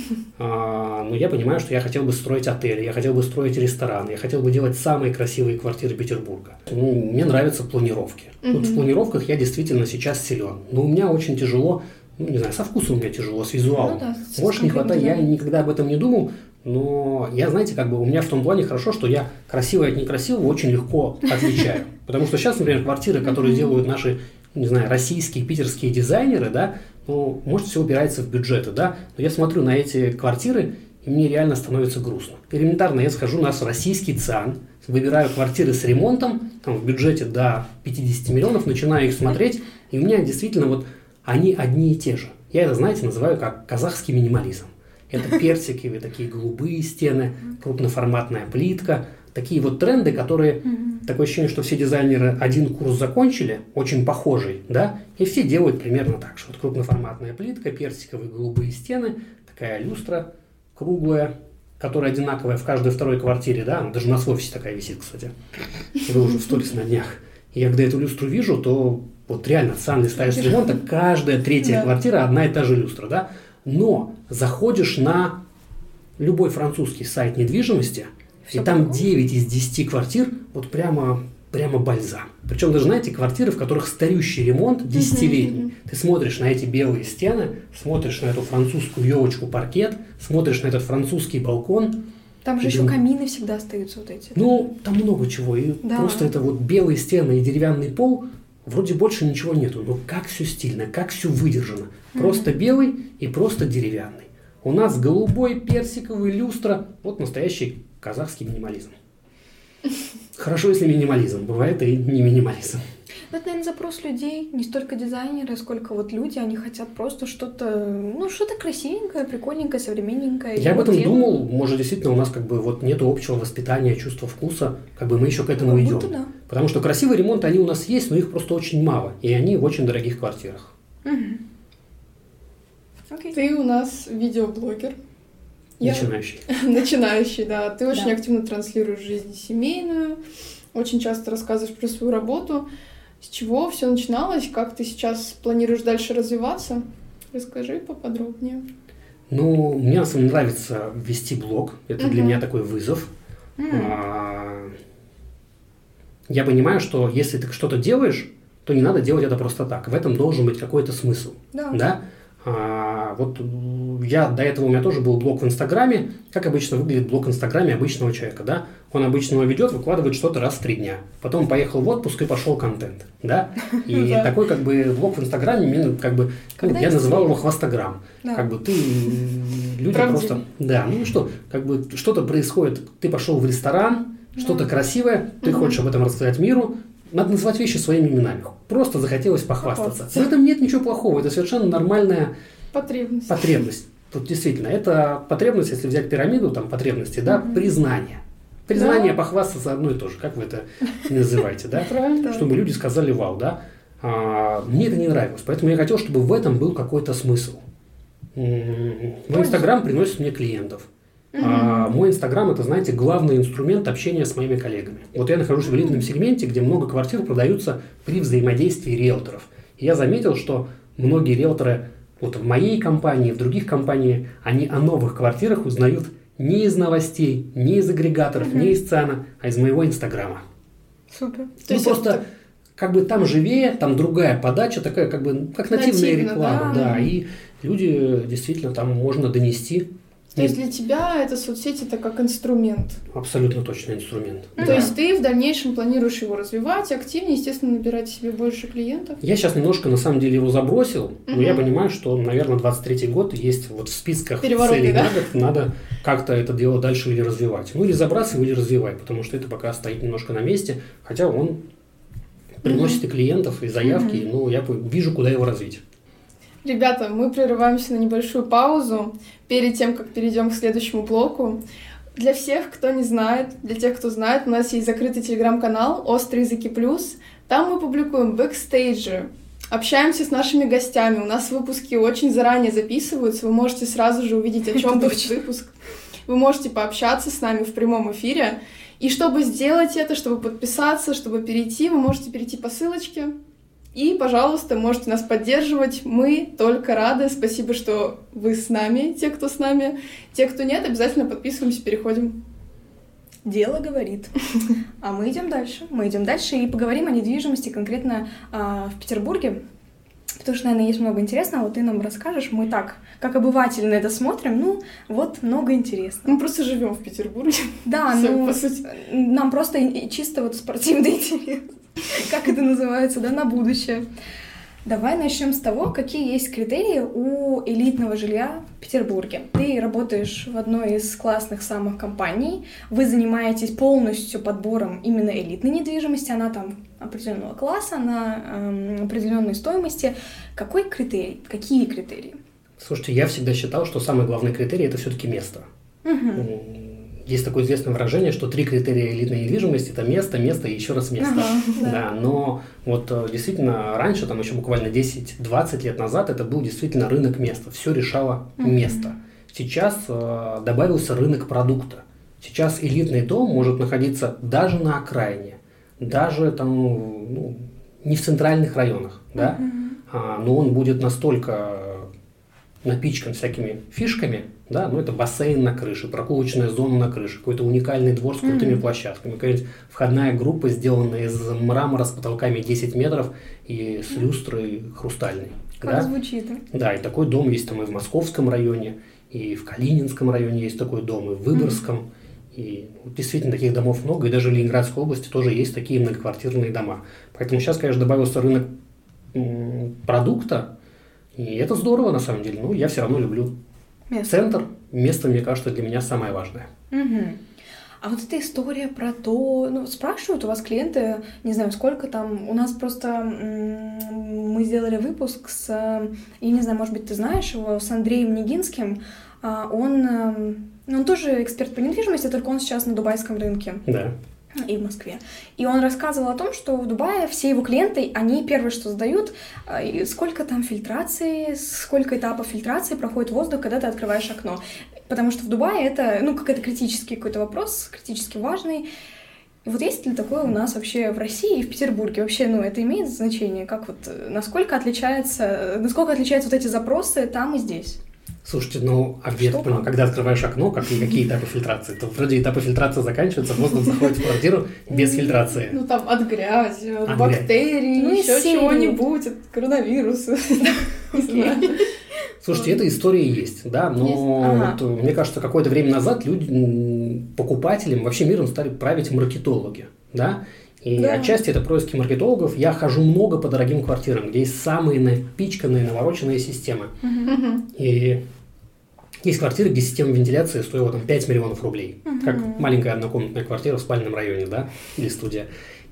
Но я понимаю, что я хотел бы строить отели, я хотел бы строить рестораны, я хотел бы делать самые красивые квартиры Петербурга. Мне нравятся планировки. Вот в планировках я действительно сейчас силен. Но у меня очень тяжело, не знаю, со вкусом у меня тяжело, с визуалом. Может, не хватает, я никогда об этом не думал, но я, знаете, у меня в том плане хорошо, что я красивое от некрасивого очень легко отличаю. Потому что сейчас, например, квартиры, которые делают наши, не знаю, российские, питерские дизайнеры, да, может, все упирается в бюджеты, да, но я смотрю на эти квартиры, и мне реально становится грустно. Элементарно, я схожу на российский ЦИАН, выбираю квартиры с ремонтом, там в бюджете до 50 миллионов, начинаю их смотреть, и у меня действительно они одни и те же. Я это, знаете, называю как казахский минимализм. Это персиковые такие голубые стены, крупноформатная плитка, такие вот тренды, которые, такое ощущение, что все дизайнеры один курс закончили, очень похожий, да, и все делают примерно так же. Вот крупноформатная плитка, персиковые голубые стены, такая люстра круглая, которая одинаковая в каждой второй квартире, да, она даже у нас в офисе такая висит, кстати. Вы уже в сторис на днях. И я когда эту люстру вижу, то вот реально, сам листаешь с ремонта, каждая третья квартира одна и та же люстра, да. Но заходишь на любой французский сайт недвижимости, и там 9 из 10 квартир вот прямо бальзам. Причем даже, знаете, квартиры, в которых старющий ремонт, десятилетний. Ты смотришь на эти белые стены, смотришь на эту французскую елочку паркет, смотришь на этот французский балкон. Там же еще камины всегда остаются вот эти. Там много чего. И просто это вот белые стены и деревянный пол, вроде больше ничего нету. Но как все стильно, как все выдержано. Просто белый и просто деревянный. У нас голубой, персиковый, люстра. Вот настоящий казахский минимализм. Хорошо, если минимализм. Бывает и не минимализм. Это, наверное, запрос людей, не столько дизайнеры, сколько вот люди, они хотят просто что-то красивенькое, прикольненькое, современненькое. Я об этом думал, может, действительно у нас нету общего воспитания, чувства вкуса, мы еще к этому идем. Да. Потому что красивые ремонты, они у нас есть, но их просто очень мало, и они в очень дорогих квартирах. Ты у нас видеоблогер. Начинающий. Начинающий, да. Ты очень активно транслируешь жизнь семейную, очень часто рассказываешь про свою работу. С чего все начиналось? Как ты сейчас планируешь дальше развиваться? Расскажи поподробнее. Ну, мне на самом деле нравится вести блог. Это для меня такой вызов. Я понимаю, что если ты что-то делаешь, то не надо делать это просто так. В этом должен быть какой-то смысл. Да? Вот я до этого у меня тоже был блог в Инстаграме. Как обычно выглядит блог в Инстаграме обычного человека, да? Он обычно его ведет, выкладывает что-то раз в 3 дня. Потом поехал в отпуск и пошел контент, да? И такой как бы блог в Инстаграме, как бы, я называл его хвастограмм. Как бы люди просто... Да, ну что, как бы что-то происходит. Ты пошел в ресторан, что-то красивое, ты хочешь об этом рассказать миру. Надо называть вещи своими именами. Просто захотелось похвастаться. В этом нет ничего плохого. Это совершенно нормальная потребность. Тут действительно, это потребность, если взять пирамиду, там потребности, да, признание. Признание, похвастаться одно и то же. Как вы это называете, да? Чтобы люди сказали вау, да? Мне это не нравилось. Поэтому я хотел, чтобы в этом был какой-то смысл. Мой Инстаграм приносит мне клиентов. Мой Инстаграм – это, знаете, главный инструмент общения с моими коллегами. Вот я нахожусь в элитном сегменте, где много квартир продаются при взаимодействии риэлторов. И я заметил, что многие риэлторы вот в моей компании, в других компаниях, они о новых квартирах узнают не из новостей, не из агрегаторов, не из ЦАНа, а из моего Инстаграма. Супер. Ну, просто как бы там живее, там другая подача, такая как бы как нативная реклама. Да, и люди действительно там можно донести. То есть для тебя эта соцсеть это как инструмент? Абсолютно точно инструмент. То есть ты в дальнейшем планируешь его развивать, активнее, естественно, набирать себе больше клиентов? Я сейчас немножко, на самом деле, его забросил, но я понимаю, что, наверное, 23-й год есть вот в списках целей на год, надо как-то это дело дальше или развивать. Ну, или забрасывай, или развивай, потому что это пока стоит немножко на месте, хотя он приносит и клиентов, и заявки, но я вижу, куда его развить. Ребята, мы прерываемся на небольшую паузу перед тем, как перейдем к следующему блоку. Для всех, кто не знает, для тех, кто знает, у нас есть закрытый телеграм-канал «Острые языки плюс». Там мы публикуем бэкстейджи, общаемся с нашими гостями. У нас выпуски очень заранее записываются, вы можете сразу же увидеть, о чем будет выпуск. Вы можете пообщаться с нами в прямом эфире. И чтобы сделать это, чтобы подписаться, чтобы перейти, вы можете перейти по ссылочке. И, пожалуйста, можете нас поддерживать. Мы только рады. Спасибо, что вы с нами, те, кто с нами. Те, кто нет, обязательно подписываемся, переходим. Дело говорит. А мы идем дальше. Мы идем дальше и поговорим о недвижимости конкретно в Петербурге. Потому что, наверное, есть много интересного. Вот ты нам расскажешь. Мы так, как обыватели на это смотрим. Ну, вот много интересного. Мы просто живем в Петербурге. Да, ну, по сути, нам просто чисто вот спортивный интерес. Как это называется, да, на будущее. Давай начнем с того, какие есть критерии у элитного жилья в Петербурге. Ты работаешь в одной из классных самых компаний, вы занимаетесь полностью подбором именно элитной недвижимости, она там определенного класса, на определенной стоимости. Какой критерий? Какие критерии? Слушайте, я всегда считал, что самый главный критерий – это все-таки место. Есть такое известное выражение, что 3 критерия элитной недвижимости – это место, место и еще раз место. Да, но вот действительно раньше, там еще буквально 10-20 лет назад, это был действительно рынок места. Все решало место. Сейчас добавился рынок продукта. Сейчас элитный дом может находиться даже на окраине, даже там, не в центральных районах, да? Но он будет настолько напичкан всякими фишками, да, это бассейн на крыше, прогулочная зона на крыше, какой-то уникальный двор с крутыми площадками, какая-нибудь входная группа, сделанная из мрамора с потолками 10 метров и с люстрой хрустальной. Как звучит, Да, и такой дом есть там и в Московском районе, и в Калининском районе есть такой дом, и в Выборгском. И действительно таких домов много, и даже в Ленинградской области тоже есть такие многоквартирные дома. Поэтому сейчас, конечно, добавился рынок продукта, и это здорово на самом деле. Но я все равно люблю центр. Место, мне кажется, для меня самое важное. А вот эта история про то... спрашивают у вас клиенты, не знаю, сколько там... У нас просто... Мы сделали выпуск с... Я не знаю, может быть, ты знаешь его, с Андреем Нигинским. Он тоже эксперт по недвижимости, только он сейчас на дубайском рынке. Да. И в Москве. И он рассказывал о том, что в Дубае все его клиенты, они первое, что задают, сколько там фильтрации, сколько этапов фильтрации проходит воздух, когда ты открываешь окно. Потому что в Дубае это, какой-то критический какой-то вопрос, критически важный. Вот есть ли такое у нас вообще в России и в Петербурге? Вообще, ну, это имеет значение? Как вот, насколько отличаются вот эти запросы там и здесь? Слушайте, ну, а где, когда открываешь окно, какие этапы фильтрации? То вроде этапы фильтрации заканчиваются, воздух заходит в квартиру без фильтрации. Ну, там от грази, от бактерий, ну, еще чего-нибудь, от коронавируса. Слушайте, эта история есть, да, но вот, мне кажется, какое-то время назад покупателям, вообще миром стали править маркетологи, да, и отчасти это происки маркетологов. Я хожу много по дорогим квартирам, где есть самые напичканные, навороченные системы. И есть квартиры, где система вентиляции стоила там 5 миллионов рублей, как маленькая однокомнатная квартира в спальном районе, да, или студия.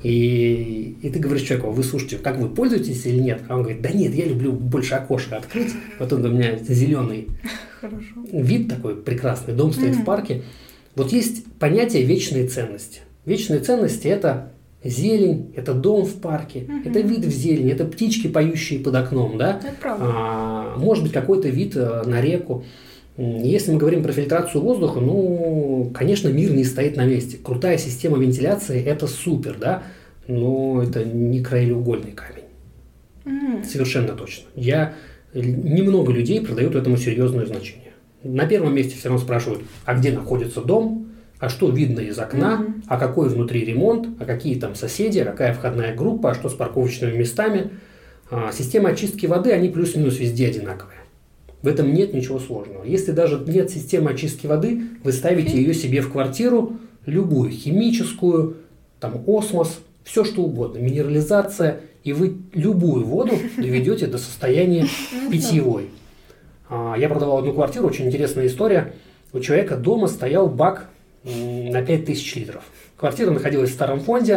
И ты говоришь человеку: вы слушайте, как вы пользуетесь или нет? А он говорит: да нет, я люблю больше окошко открыть. Вот он у меня зеленый вид такой прекрасный, дом стоит в парке. Вот есть понятие вечной ценности. Вечные ценности – это зелень, это дом в парке, это вид в зелень, это птички, поющие под окном, да? Это правда. Может быть, какой-то вид на реку. Если мы говорим про фильтрацию воздуха, ну, конечно, мир не стоит на месте. Крутая система вентиляции – это супер, да, но это не краеугольный камень. Совершенно точно. Немного людей придают этому серьезное значение. На первом месте все равно спрашивают: а где находится дом, а что видно из окна, а какой внутри ремонт, а какие там соседи, а какая входная группа, а что с парковочными местами. Система очистки воды, они плюс-минус везде одинаковые. В этом нет ничего сложного. Если даже нет системы очистки воды, вы ставите ее себе в квартиру, любую, химическую, там осмос, все что угодно, минерализация, и вы любую воду доведете до состояния питьевой. Я продавал одну квартиру, очень интересная история. У человека дома стоял бак на 5000 литров. Квартира находилась в старом фонде.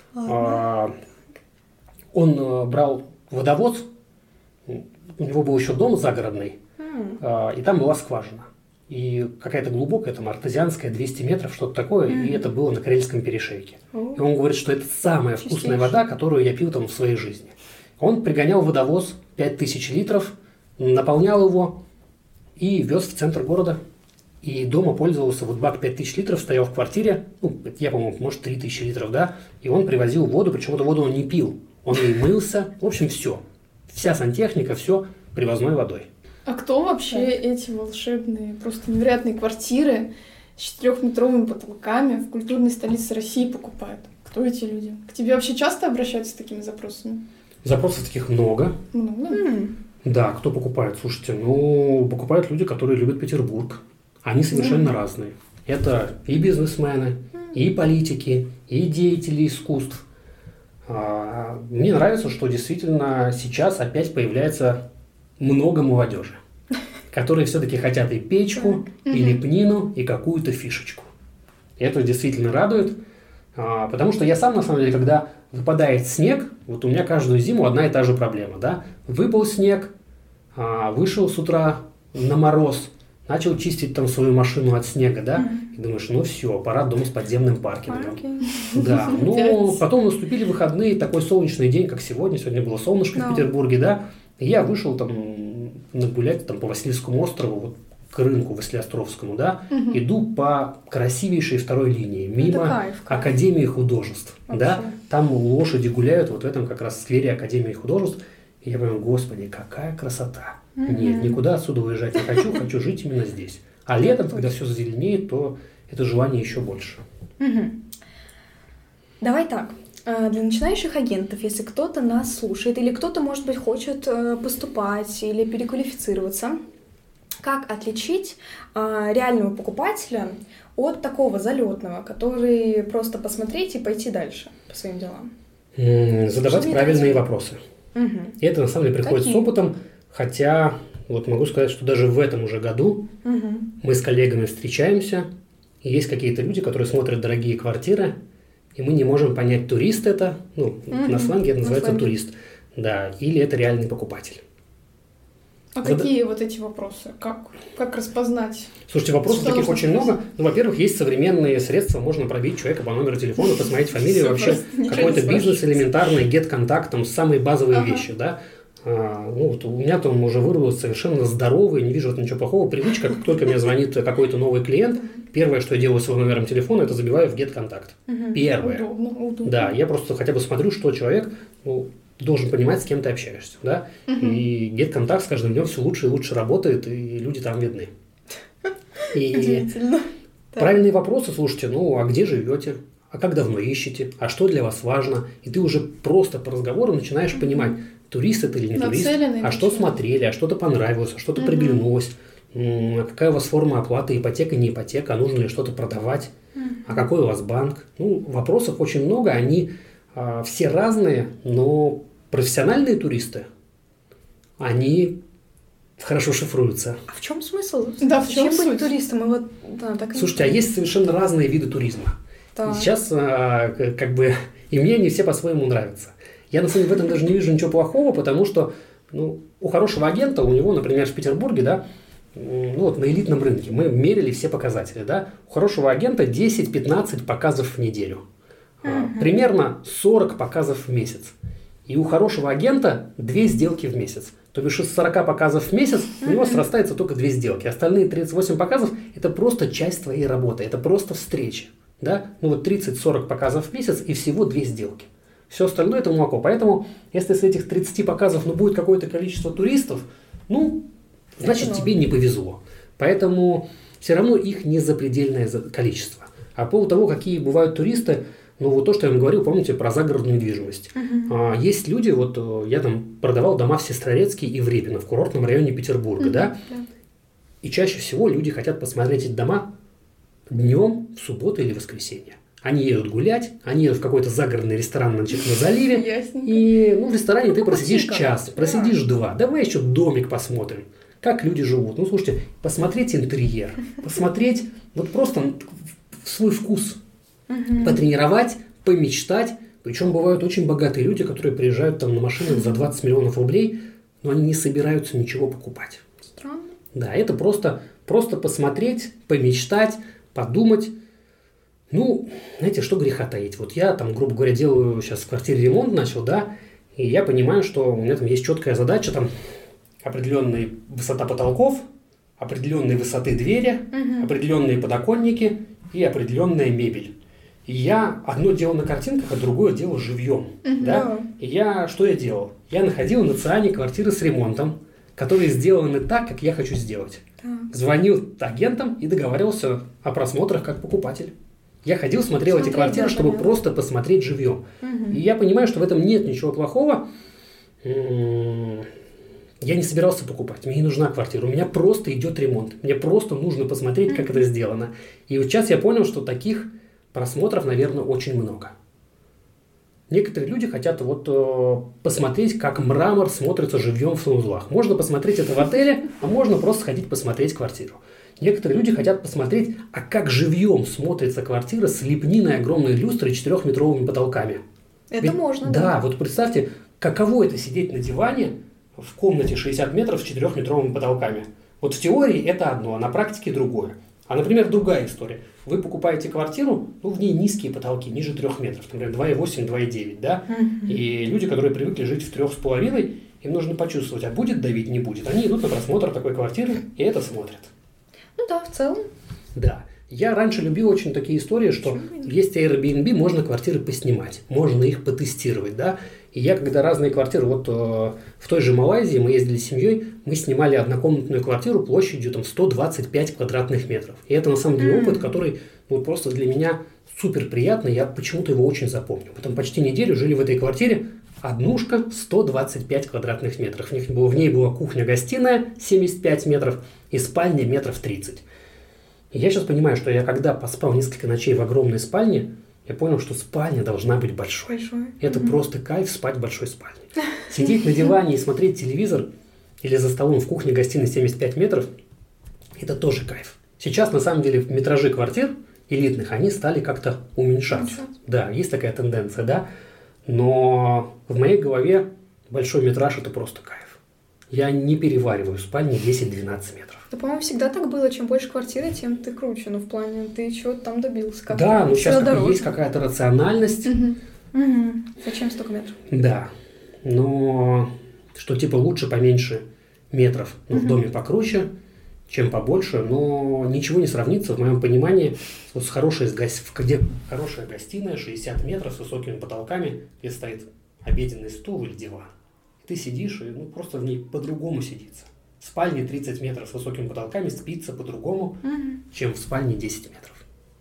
Он брал водовоз, у него был еще дом загородный, и там была скважина. И какая-то глубокая, там, артезианская, 200 метров, что-то такое, и это было на Карельском перешейке. И он говорит, что это самая вкусная вода, которую я пил там в своей жизни. Он пригонял водовоз 5000 литров, наполнял его и вез в центр города. И дома пользовался, вот бак 5000 литров стоял в квартире, ну, я, по-моему, может, 3000 литров, да, и он привозил воду, причем эту воду он не пил, он ей мылся, в общем, все. Вся сантехника, все привозной водой. А кто вообще эти волшебные, просто невероятные квартиры с 4-метровыми потолками в культурной столице России покупает? Кто эти люди? К тебе вообще часто обращаются с такими запросами? Запросов таких много. Да, кто покупает? Слушайте, ну, покупают люди, которые любят Петербург. Они совершенно разные. Это и бизнесмены, и политики, и деятели искусств. Мне нравится, что действительно сейчас опять появляется много молодежи, которые все-таки хотят и печку, и лепнину, и какую-то фишечку. И это действительно радует, потому что я сам, на самом деле, когда выпадает снег, вот у меня каждую зиму одна и та же проблема, да? Выпал снег, вышел с утра на мороз, начал чистить там свою машину от снега, да, и думаешь, ну все, пора дом с подземным паркингом. Да, ну потом наступили выходные, такой солнечный день, как сегодня было солнышко в Петербурге, да, и я вышел там нагулять там по Васильевскому острову, вот к рынку Василеостровскому, да, иду по красивейшей второй линии, мимо Академии художеств, да, там лошади гуляют вот в этом как раз сквере Академии художеств, и я понимаю, господи, какая красота. Нет, никуда отсюда уезжать не хочу, хочу жить именно здесь. А летом, когда все зазеленеет, то это желание еще больше. Давай так. Для начинающих агентов, если кто-то нас слушает, или кто-то, может быть, хочет поступать или переквалифицироваться, как отличить реального покупателя от такого залетного, который просто посмотреть и пойти дальше по своим делам? Задавать правильные вопросы. И это, на самом деле, приходит с опытом, хотя вот могу сказать, что даже в этом уже году мы с коллегами встречаемся, и есть какие-то люди, которые смотрят дорогие квартиры, и мы не можем понять, турист это, ну, на сленге это называется турист, да, или это реальный покупатель. А какие вот эти вопросы? Как распознать? Слушайте, вопросов таких очень много. Ну, во-первых, есть современные средства, можно пробить человека по номеру телефона, посмотреть фамилию, вообще какой-то бизнес элементарный, get-контакт, там самые базовые вещи, да. Вот у меня там уже выработалась совершенно здоровая, не вижу в этом ничего плохого, привычка, как только мне звонит какой-то новый клиент, первое, что я делаю с его номером телефона, это забиваю в get-контакт. Первое. Удобно. Да, я просто хотя бы смотрю, что человек должен понимать, с кем ты общаешься. Да? И get-контакт с каждым днем все лучше и лучше работает, и люди там видны. И Удивительно. правильные вопросы, слушайте, а где живете? А как давно ищете? А что для вас важно? И ты уже просто по разговору начинаешь понимать, турист это или не турист, а что смотрели, а что-то понравилось, а что-то приглянулось, какая у вас форма оплаты, ипотека, не ипотека, а нужно ли что-то продавать, а какой у вас банк. Вопросов очень много, они все разные, но профессиональные туристы, они хорошо шифруются. А в чем смысл? Да, в чем Зачем быть суть? туристом? Слушайте, а есть совершенно разные виды туризма. Так. И сейчас и мне они все по-своему нравятся. Я, на самом деле, в этом даже не вижу ничего плохого, потому что у хорошего агента, у него, например, в Петербурге, да, на элитном рынке, мы мерили все показатели, да, у хорошего агента 10-15 показов в неделю. Примерно 40 показов в месяц. И у хорошего агента 2 сделки в месяц. То бишь из 40 показов в месяц у него срастается только 2 сделки. Остальные 38 показов – это просто часть твоей работы, это просто встречи. Да? 30-40 показов в месяц и всего 2 сделки. Все остальное – это молоко. Поэтому, если с этих 30 показов будет какое-то количество туристов, значит, тебе не повезло. Поэтому все равно их не запредельное количество. А по поводу того, какие бывают туристы, то, что я вам говорил, помните, про загородную недвижимость. Есть люди, я там продавал дома в Сестрорецке и в Репино, в курортном районе Петербурга, да? И чаще всего люди хотят посмотреть эти дома днем, в субботу или воскресенье. Они едут гулять, они едут в какой-то загородный ресторан на заливе. Ясненько. И в ресторане ты просидишь час, просидишь 2. Давай еще домик посмотрим, как люди живут. Слушайте, посмотреть интерьер, посмотреть просто свой вкус, потренировать, помечтать. Причем бывают очень богатые люди, которые приезжают там на машинах за 20 миллионов рублей, но они не собираются ничего покупать. Странно. Да, это просто посмотреть, помечтать, подумать. Знаете, что греха таить. Я там, грубо говоря, делаю сейчас в квартире ремонт начал, да, и я понимаю, что у меня там есть четкая задача, там определенная высота потолков, определенной высоты двери, определенные подоконники и определенная мебель. И я одно делал на картинках, а другое делал живьем. Да? И что я делал? Я находил на ЦИАНе квартиры с ремонтом, которые сделаны так, как я хочу сделать. Звонил агентам и договаривался о просмотрах как покупатель. Я ходил, смотрел эти квартиры, чтобы просто посмотреть живьем. И я понимаю, что в этом нет ничего плохого. Я не собирался покупать, мне не нужна квартира, у меня просто идет ремонт. Мне просто нужно посмотреть, как это сделано. И сейчас я понял, что таких просмотров, наверное, очень много. Некоторые люди хотят посмотреть, как мрамор смотрится живьем в санузлах. Можно посмотреть это в отеле, а можно просто сходить посмотреть квартиру. Некоторые люди хотят посмотреть, а как живьем смотрится квартира с лепниной огромной люстры и 4-метровыми потолками. Это можно, да. Да, представьте, каково это сидеть на диване в комнате 60 метров с 4-метровыми потолками. В теории это одно, а на практике другое. А, например, другая история. Вы покупаете квартиру, в ней низкие потолки, ниже 3 метров, например, 2,8, 2,9, да? И люди, которые привыкли жить в 3,5, им нужно почувствовать, а будет давить, не будет. Они идут на просмотр такой квартиры и это смотрят. В целом. Да. Я раньше любил очень такие истории, что есть Airbnb, можно квартиры поснимать, можно их потестировать, да. И я, когда разные квартиры, в той же Малайзии мы ездили с семьей, мы снимали однокомнатную квартиру площадью 125 квадратных метров. И это на самом деле опыт, который просто для меня супер приятный, я почему-то его очень запомнил. Мы там почти неделю жили в этой квартире, однушка 125 квадратных метров. В ней была кухня-гостиная 75 метров и спальня метров 30. И я сейчас понимаю, что я когда поспал несколько ночей в огромной спальне, я понял, что спальня должна быть большой. Это просто кайф спать в большой спальне. Сидеть на диване и смотреть телевизор или за столом в кухне-гостиной 75 метров – это тоже кайф. Сейчас, на самом деле, метражи квартир элитных, они стали как-то уменьшать. Да, есть такая тенденция, да. Но в моей голове большой метраж – это просто кайф. Я не перевариваю в спальне 10-12 метров. Да, по-моему, всегда так было. Чем больше квартиры, тем ты круче. В плане, ты чего-то там добился. Да, сейчас есть какая-то рациональность. Зачем столько метров? Да, но что типа лучше поменьше метров, но в доме покруче, чем побольше, но ничего не сравнится, в моем понимании, вот с где хорошая гостиная, 60 метров с высокими потолками, где стоит обеденный стул или диван. Ты сидишь, и просто в ней по-другому сидится. В спальне 30 метров с высокими потолками спится по-другому, чем в спальне 10 метров.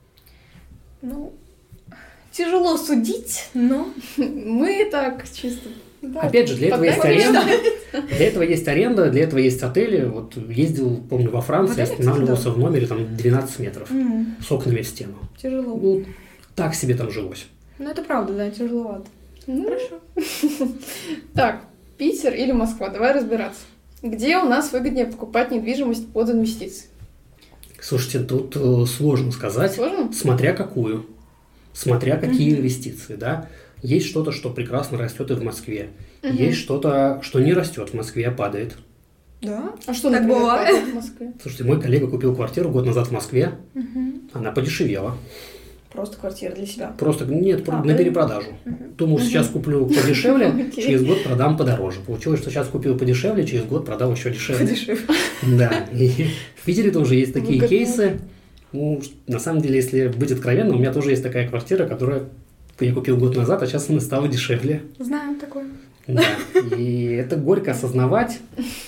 Ну, тяжело судить, но мы так чисто... Да, опять же, для этого есть аренда. Для этого есть аренда, для этого есть отели. Вот ездил, помню, во Франции, останавливался в номере там 12 метров с окнами в стену. Тяжело. Ну, так себе там жилось. Ну, это правда, да, тяжеловато. Хорошо. Так, Питер или Москва? Давай разбираться. Где у нас выгоднее покупать недвижимость под инвестиции? Слушайте, тут сложно сказать. Сложно? Смотря какую. Смотря какие инвестиции, да. Есть что-то, что прекрасно растет и в Москве. Есть что-то, что не растет в Москве, а падает. Да? А что, так например, бывает? падает в Москве? Слушайте, мой коллега купил квартиру год назад в Москве. Она подешевела. Просто квартира для себя? Просто, нет, на перепродажу. Думал, сейчас куплю подешевле, через год продам подороже. Получилось, что сейчас купил подешевле, через год продал еще дешевле. Подешевле. Да. И в Питере тоже есть такие кейсы. Ну, на самом деле, если быть откровенным, у меня тоже есть такая квартира, которую я купил год назад, а сейчас она стала дешевле. Знаем такое. Да. И это горько осознавать.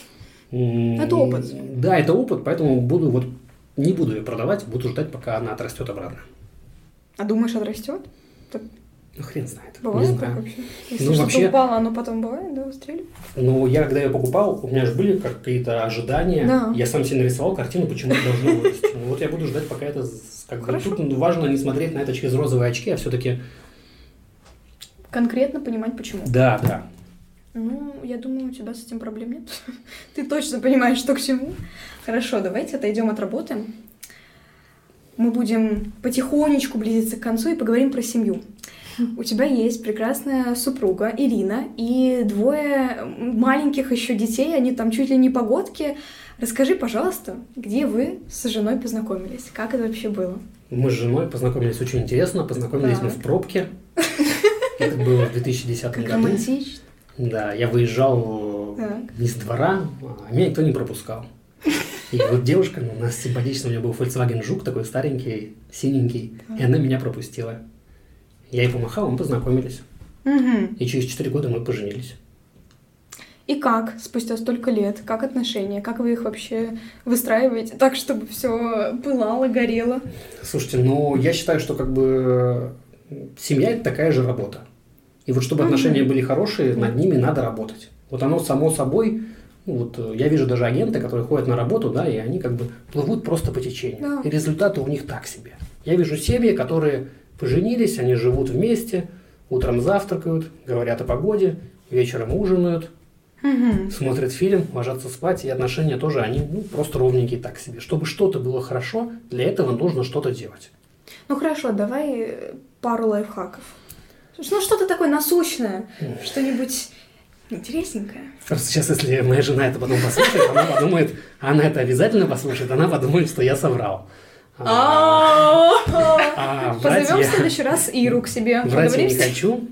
Это опыт. Да, это опыт, поэтому не буду ее продавать, буду ждать, пока она отрастет обратно. А думаешь, отрастет? Ну, хрен знает. Бывает не так знаю. вообще? Если Ну, что-то вообще... упало, оно потом бывает, да, выстреливает? Ну, я когда ее покупал, у меня же были какие-то ожидания. Да. Я сам себе нарисовал картину, почему это должно вырасти. Ну, вот я буду ждать, пока это... Тут важно не смотреть на это через розовые очки, а все-таки... Конкретно понимать, почему. Да, да. Ну, я думаю, у тебя с этим проблем нет. Ты точно понимаешь, что к чему. Хорошо, давайте отойдем от работы. Мы будем потихонечку близиться к концу и поговорим про семью. У тебя есть прекрасная супруга Ирина и 2 маленьких еще детей, они там чуть ли не погодки. Расскажи, пожалуйста, где вы с женой познакомились? Как это вообще было? Мы с женой познакомились очень интересно. Познакомились мы в пробке. Это было в 2010 году. Романтично. Да, я выезжал не с двора, а меня никто не пропускал. И вот девушка, у нас симпатичная, у меня был Volkswagen Жук, такой старенький, синенький, и она меня пропустила. Я ей помахал, мы познакомились. И через 4 года мы поженились. И как спустя столько лет? Как отношения? Как вы их вообще выстраиваете так, чтобы все пылало, горело? Слушайте, ну я считаю, что как бы семья – это такая же работа. И вот чтобы отношения были хорошие, над ними надо работать. Вот оно само собой, я вижу даже агенты, которые ходят на работу, да, и они как бы плывут просто по течению. Да. И результаты у них так себе. Я вижу семьи, которые поженились, они живут вместе, утром завтракают, говорят о погоде, вечером ужинают, смотрят фильм, ложатся спать, и отношения тоже, они просто ровненькие так себе. Чтобы что-то было хорошо, для этого нужно что-то делать. Ну хорошо, давай пару лайфхаков. Ну что-то такое насущное, что-нибудь интересненькое. Просто сейчас, если моя жена это потом послушает, она подумает, она это обязательно послушает, она подумает, что я соврал. Позовем в следующий раз Иру к себе. Врать я не хочу.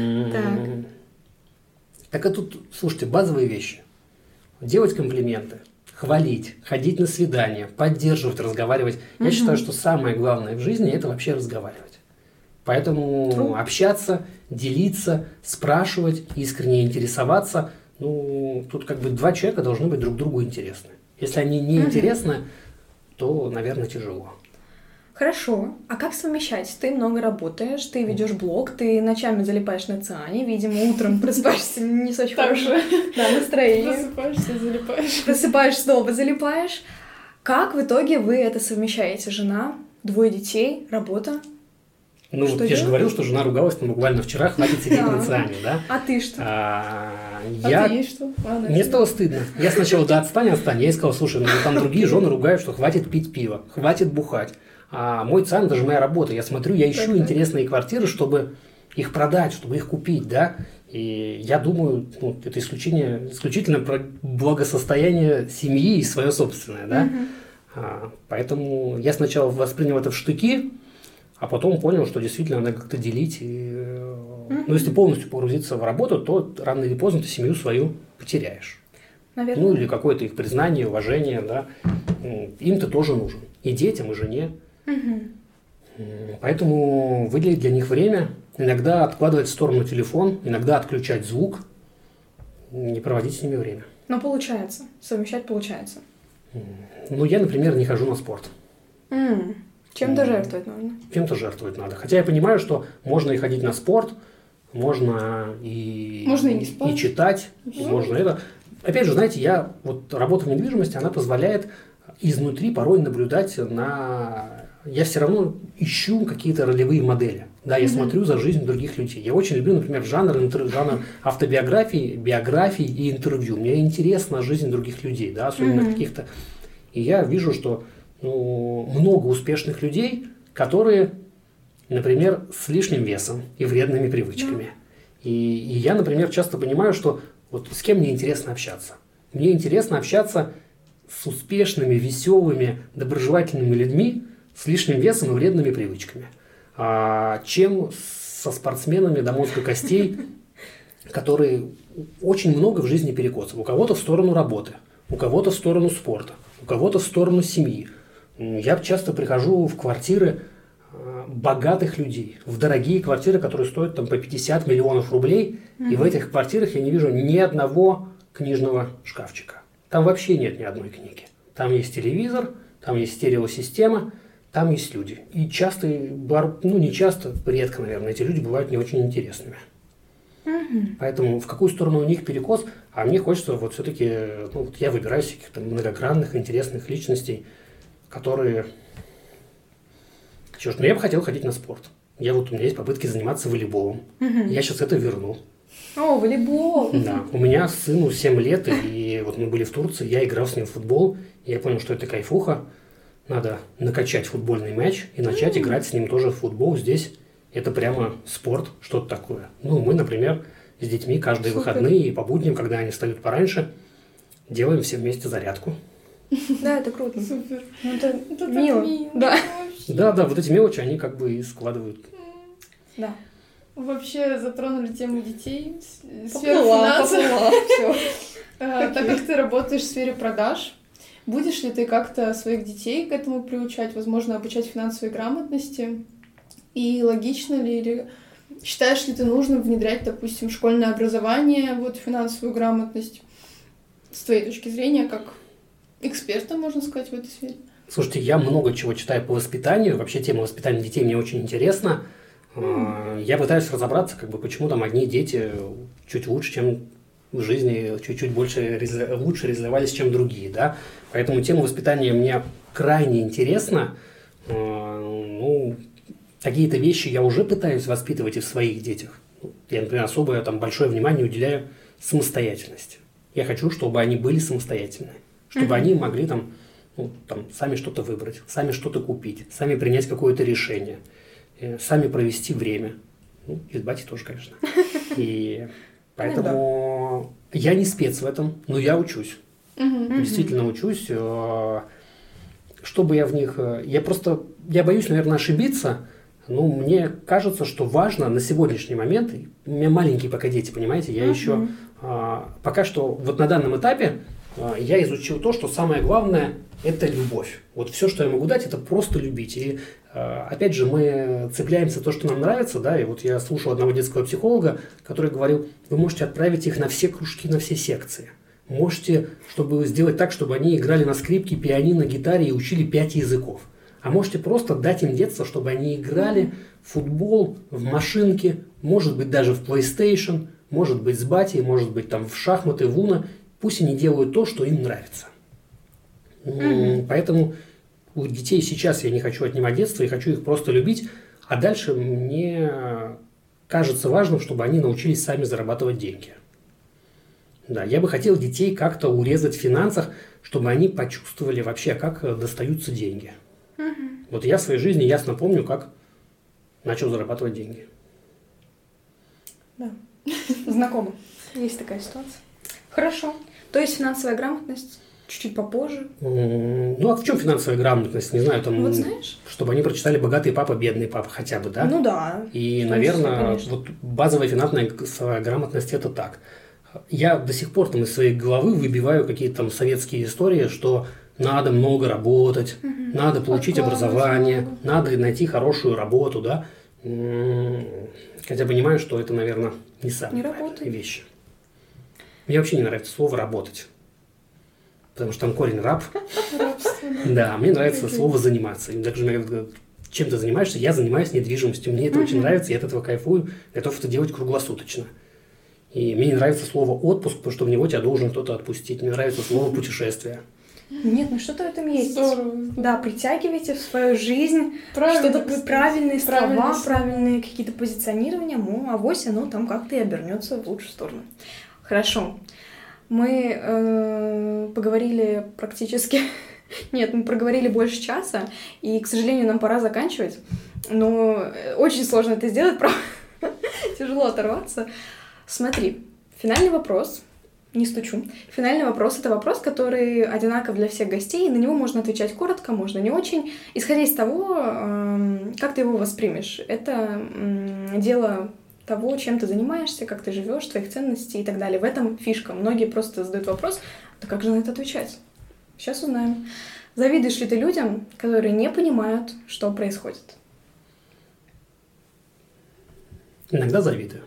Так а тут, слушайте, базовые вещи. Делать комплименты, хвалить, ходить на свидания, поддерживать, разговаривать. Я считаю, что самое главное в жизни – это вообще разговаривать. Поэтому общаться, делиться, спрашивать, искренне интересоваться. Тут как бы 2 человека должны быть друг другу интересны. Если они не интересны, то, наверное, тяжело. Хорошо. А как совмещать? Ты много работаешь, ты ведешь блог, ты ночами залипаешь на циане, видимо, утром просыпаешься не с очень хорошим настроением. Просыпаешься, залипаешь. Просыпаешь, снова залипаешь. Как в итоге вы это совмещаете? Жена, 2 детей, работа? Я же говорил, что жена ругалась буквально вчера, хватит сидеть на циане, да? А ты что? Ты ей что? Мне стало стыдно. Я сначала, отстань. Я ей сказал, слушай, там другие жены ругают, что хватит пить пиво, хватит бухать. А мой циан – это же моя работа. Я смотрю, я ищу интересные квартиры, чтобы их продать, чтобы их купить, да? И я думаю, это исключительно про благосостояние семьи и свое собственное, да? Поэтому я сначала воспринял это в штыки, а потом понял, что действительно надо как-то делить. Если полностью погрузиться в работу, то рано или поздно ты семью свою потеряешь. Наверное. Ну, или какое-то их признание, уважение, да. Им ты тоже нужен. И детям, и жене. Поэтому выделить для них время, иногда откладывать в сторону телефон, иногда отключать звук, не проводить с ними время. Но получается. Совмещать получается. Ну, я, например, не хожу на спорт. Чем-то жертвовать нужно. Чем-то жертвовать надо. Хотя я понимаю, что можно и ходить на спорт, можно и не спать. и читать, можно это. Опять же, знаете, вот работа в недвижимости, она позволяет изнутри порой наблюдать Я все равно ищу какие-то ролевые модели. Да, я смотрю за жизнью других людей. Я очень люблю, например, жанр автобиографии, биографий и интервью. Мне интересна жизнь других людей, да, особенно каких-то. И я вижу, что много успешных людей, которые, например, с лишним весом и вредными привычками. И я, например, часто понимаю, что вот с кем мне интересно общаться. Мне интересно общаться с успешными, веселыми, доброжелательными людьми с лишним весом и вредными привычками, чем со спортсменами до мозга костей, которые очень много в жизни перекосов. У кого-то в сторону работы, у кого-то в сторону спорта, у кого-то в сторону семьи. Я часто прихожу в квартиры богатых людей, в дорогие квартиры, которые стоят там по 50 миллионов рублей, и в этих квартирах я не вижу ни одного книжного шкафчика. Там вообще нет ни одной книги. Там есть телевизор, там есть стереосистема, там есть люди. И часто, не часто, редко, наверное, эти люди бывают не очень интересными. Поэтому в какую сторону у них перекос, а мне хочется вот все-таки, я выбираю всяких там многогранных, интересных личностей, которые... Черт, я бы хотел ходить на спорт. У меня есть попытки заниматься волейболом. Я сейчас это верну. О, волейбол! Да, у меня сыну 7 лет, и вот мы были в Турции, я играл с ним в футбол, и я понял, что это кайфуха. Надо накачать футбольный мяч и начать играть с ним тоже в футбол. Здесь это прямо спорт, что-то такое. Мы, например, с детьми каждые выходные и по будням, когда они встают пораньше, делаем все вместе зарядку. Да, это круто. Супер. Это мило. Да. Да, вот эти мелочи, они как бы и складывают. Да. Вообще затронули тему детей, сферу финансов. Так как ты работаешь в сфере продаж, будешь ли ты как-то своих детей к этому приучать, возможно, обучать финансовой грамотности? И логично ли, или считаешь ли ты нужным внедрять, допустим, школьное образование, финансовую грамотность, с твоей точки зрения, как эксперта, можно сказать, в этой сфере? Слушайте, я много чего читаю по воспитанию. Вообще тема воспитания детей мне очень интересна. Я пытаюсь разобраться, почему там одни дети чуть лучше, чем в жизни, чуть-чуть лучше реализовались, чем другие. Да? Поэтому тема воспитания мне крайне интересна. Какие-то вещи я уже пытаюсь воспитывать и в своих детях. Я, например, особое большое внимание уделяю самостоятельности. Я хочу, чтобы они были самостоятельны. Чтобы они могли сами что-то выбрать, сами что-то купить, сами принять какое-то решение, сами провести время. И с батей тоже, конечно. И поэтому я не спец в этом, но я учусь. Действительно учусь. Чтобы я в них... Я боюсь, наверное, ошибиться, но мне кажется, что важно на сегодняшний момент... У меня маленькие пока дети, понимаете? Я еще... Пока что на данном этапе я изучил то, что самое главное – это любовь. Все, что я могу дать, это просто любить. И опять же, мы цепляемся за то, что нам нравится, да, и я слушал одного детского психолога, который говорил, вы можете отправить их на все кружки, на все секции. Можете сделать так, чтобы они играли на скрипке, пианино, гитаре и учили 5 языков. А можете просто дать им детство, чтобы они играли в футбол, в машинки, может быть, даже в PlayStation, может быть, с батей, может быть, в шахматы, в уно. Пусть они делают то, что им нравится. Поэтому у детей сейчас я не хочу отнимать детство, я хочу их просто любить. А дальше мне кажется важным, чтобы они научились сами зарабатывать деньги. Да, я бы хотел детей как-то урезать в финансах, чтобы они почувствовали вообще, как достаются деньги. Я в своей жизни ясно помню, как начал зарабатывать деньги. Да, знакомо. Есть такая ситуация. Хорошо. То есть финансовая грамотность чуть-чуть попозже? А в чем финансовая грамотность? Не знаю, знаешь? Чтобы они прочитали «Богатый папа, бедный папа» хотя бы, да? Да. И, наверное, базовая финансовая грамотность – это так. Я до сих пор там из своей головы выбиваю какие-то там советские истории, что надо много работать, надо получить образование, надо найти хорошую работу, да. Хотя понимаю, что это, наверное, не самые правильные вещи. Мне вообще не нравится слово «работать». Потому что там корень «раб». Да, мне нравится слово «заниматься». И даже мне говорят, чем ты занимаешься? Я занимаюсь недвижимостью. Мне это очень нравится, я от этого кайфую, готов это делать круглосуточно. И мне не нравится слово «отпуск», потому что в него тебя должен кто-то отпустить. Мне нравится слово «путешествие». Нет, ну что-то в этом есть. Здорово. Да, притягивайте в свою жизнь что-то правильные слова, правильные какие-то позиционирования, авось оно там как-то и обернется в лучшую сторону. Хорошо. Мы поговорили практически... Нет, мы проговорили больше часа, и, к сожалению, нам пора заканчивать. Но очень сложно это сделать, правда. Тяжело оторваться. Смотри, финальный вопрос. Не стучу. Финальный вопрос — это вопрос, который одинаков для всех гостей, и на него можно отвечать коротко, можно не очень, исходя из того, как ты его воспримешь. Это дело того, чем ты занимаешься, как ты живешь, твоих ценностей и так далее. В этом фишка. Многие просто задают вопрос: да как же на это отвечать? Сейчас узнаем. Завидуешь ли ты людям, которые не понимают, что происходит? Иногда завидую.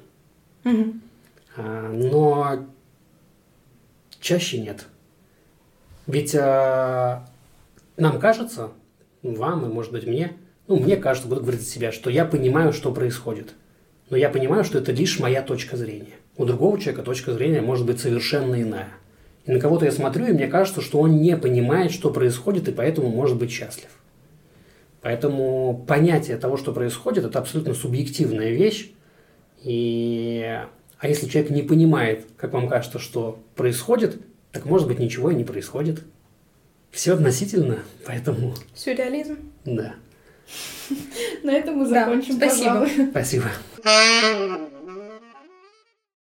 Но чаще нет. Ведь нам кажется, вам и, может быть, мне кажется, буду говорить за себя, что я понимаю, что происходит. Но я понимаю, что это лишь моя точка зрения. У другого человека точка зрения может быть совершенно иная. И на кого-то я смотрю, и мне кажется, что он не понимает, что происходит, и поэтому может быть счастлив. Поэтому понятие того, что происходит, это абсолютно субъективная вещь. А если человек не понимает, как вам кажется, что происходит, так может быть ничего и не происходит. Все относительно, поэтому... Сюрреализм. Да. На этом мы закончим. Спасибо. Спасибо.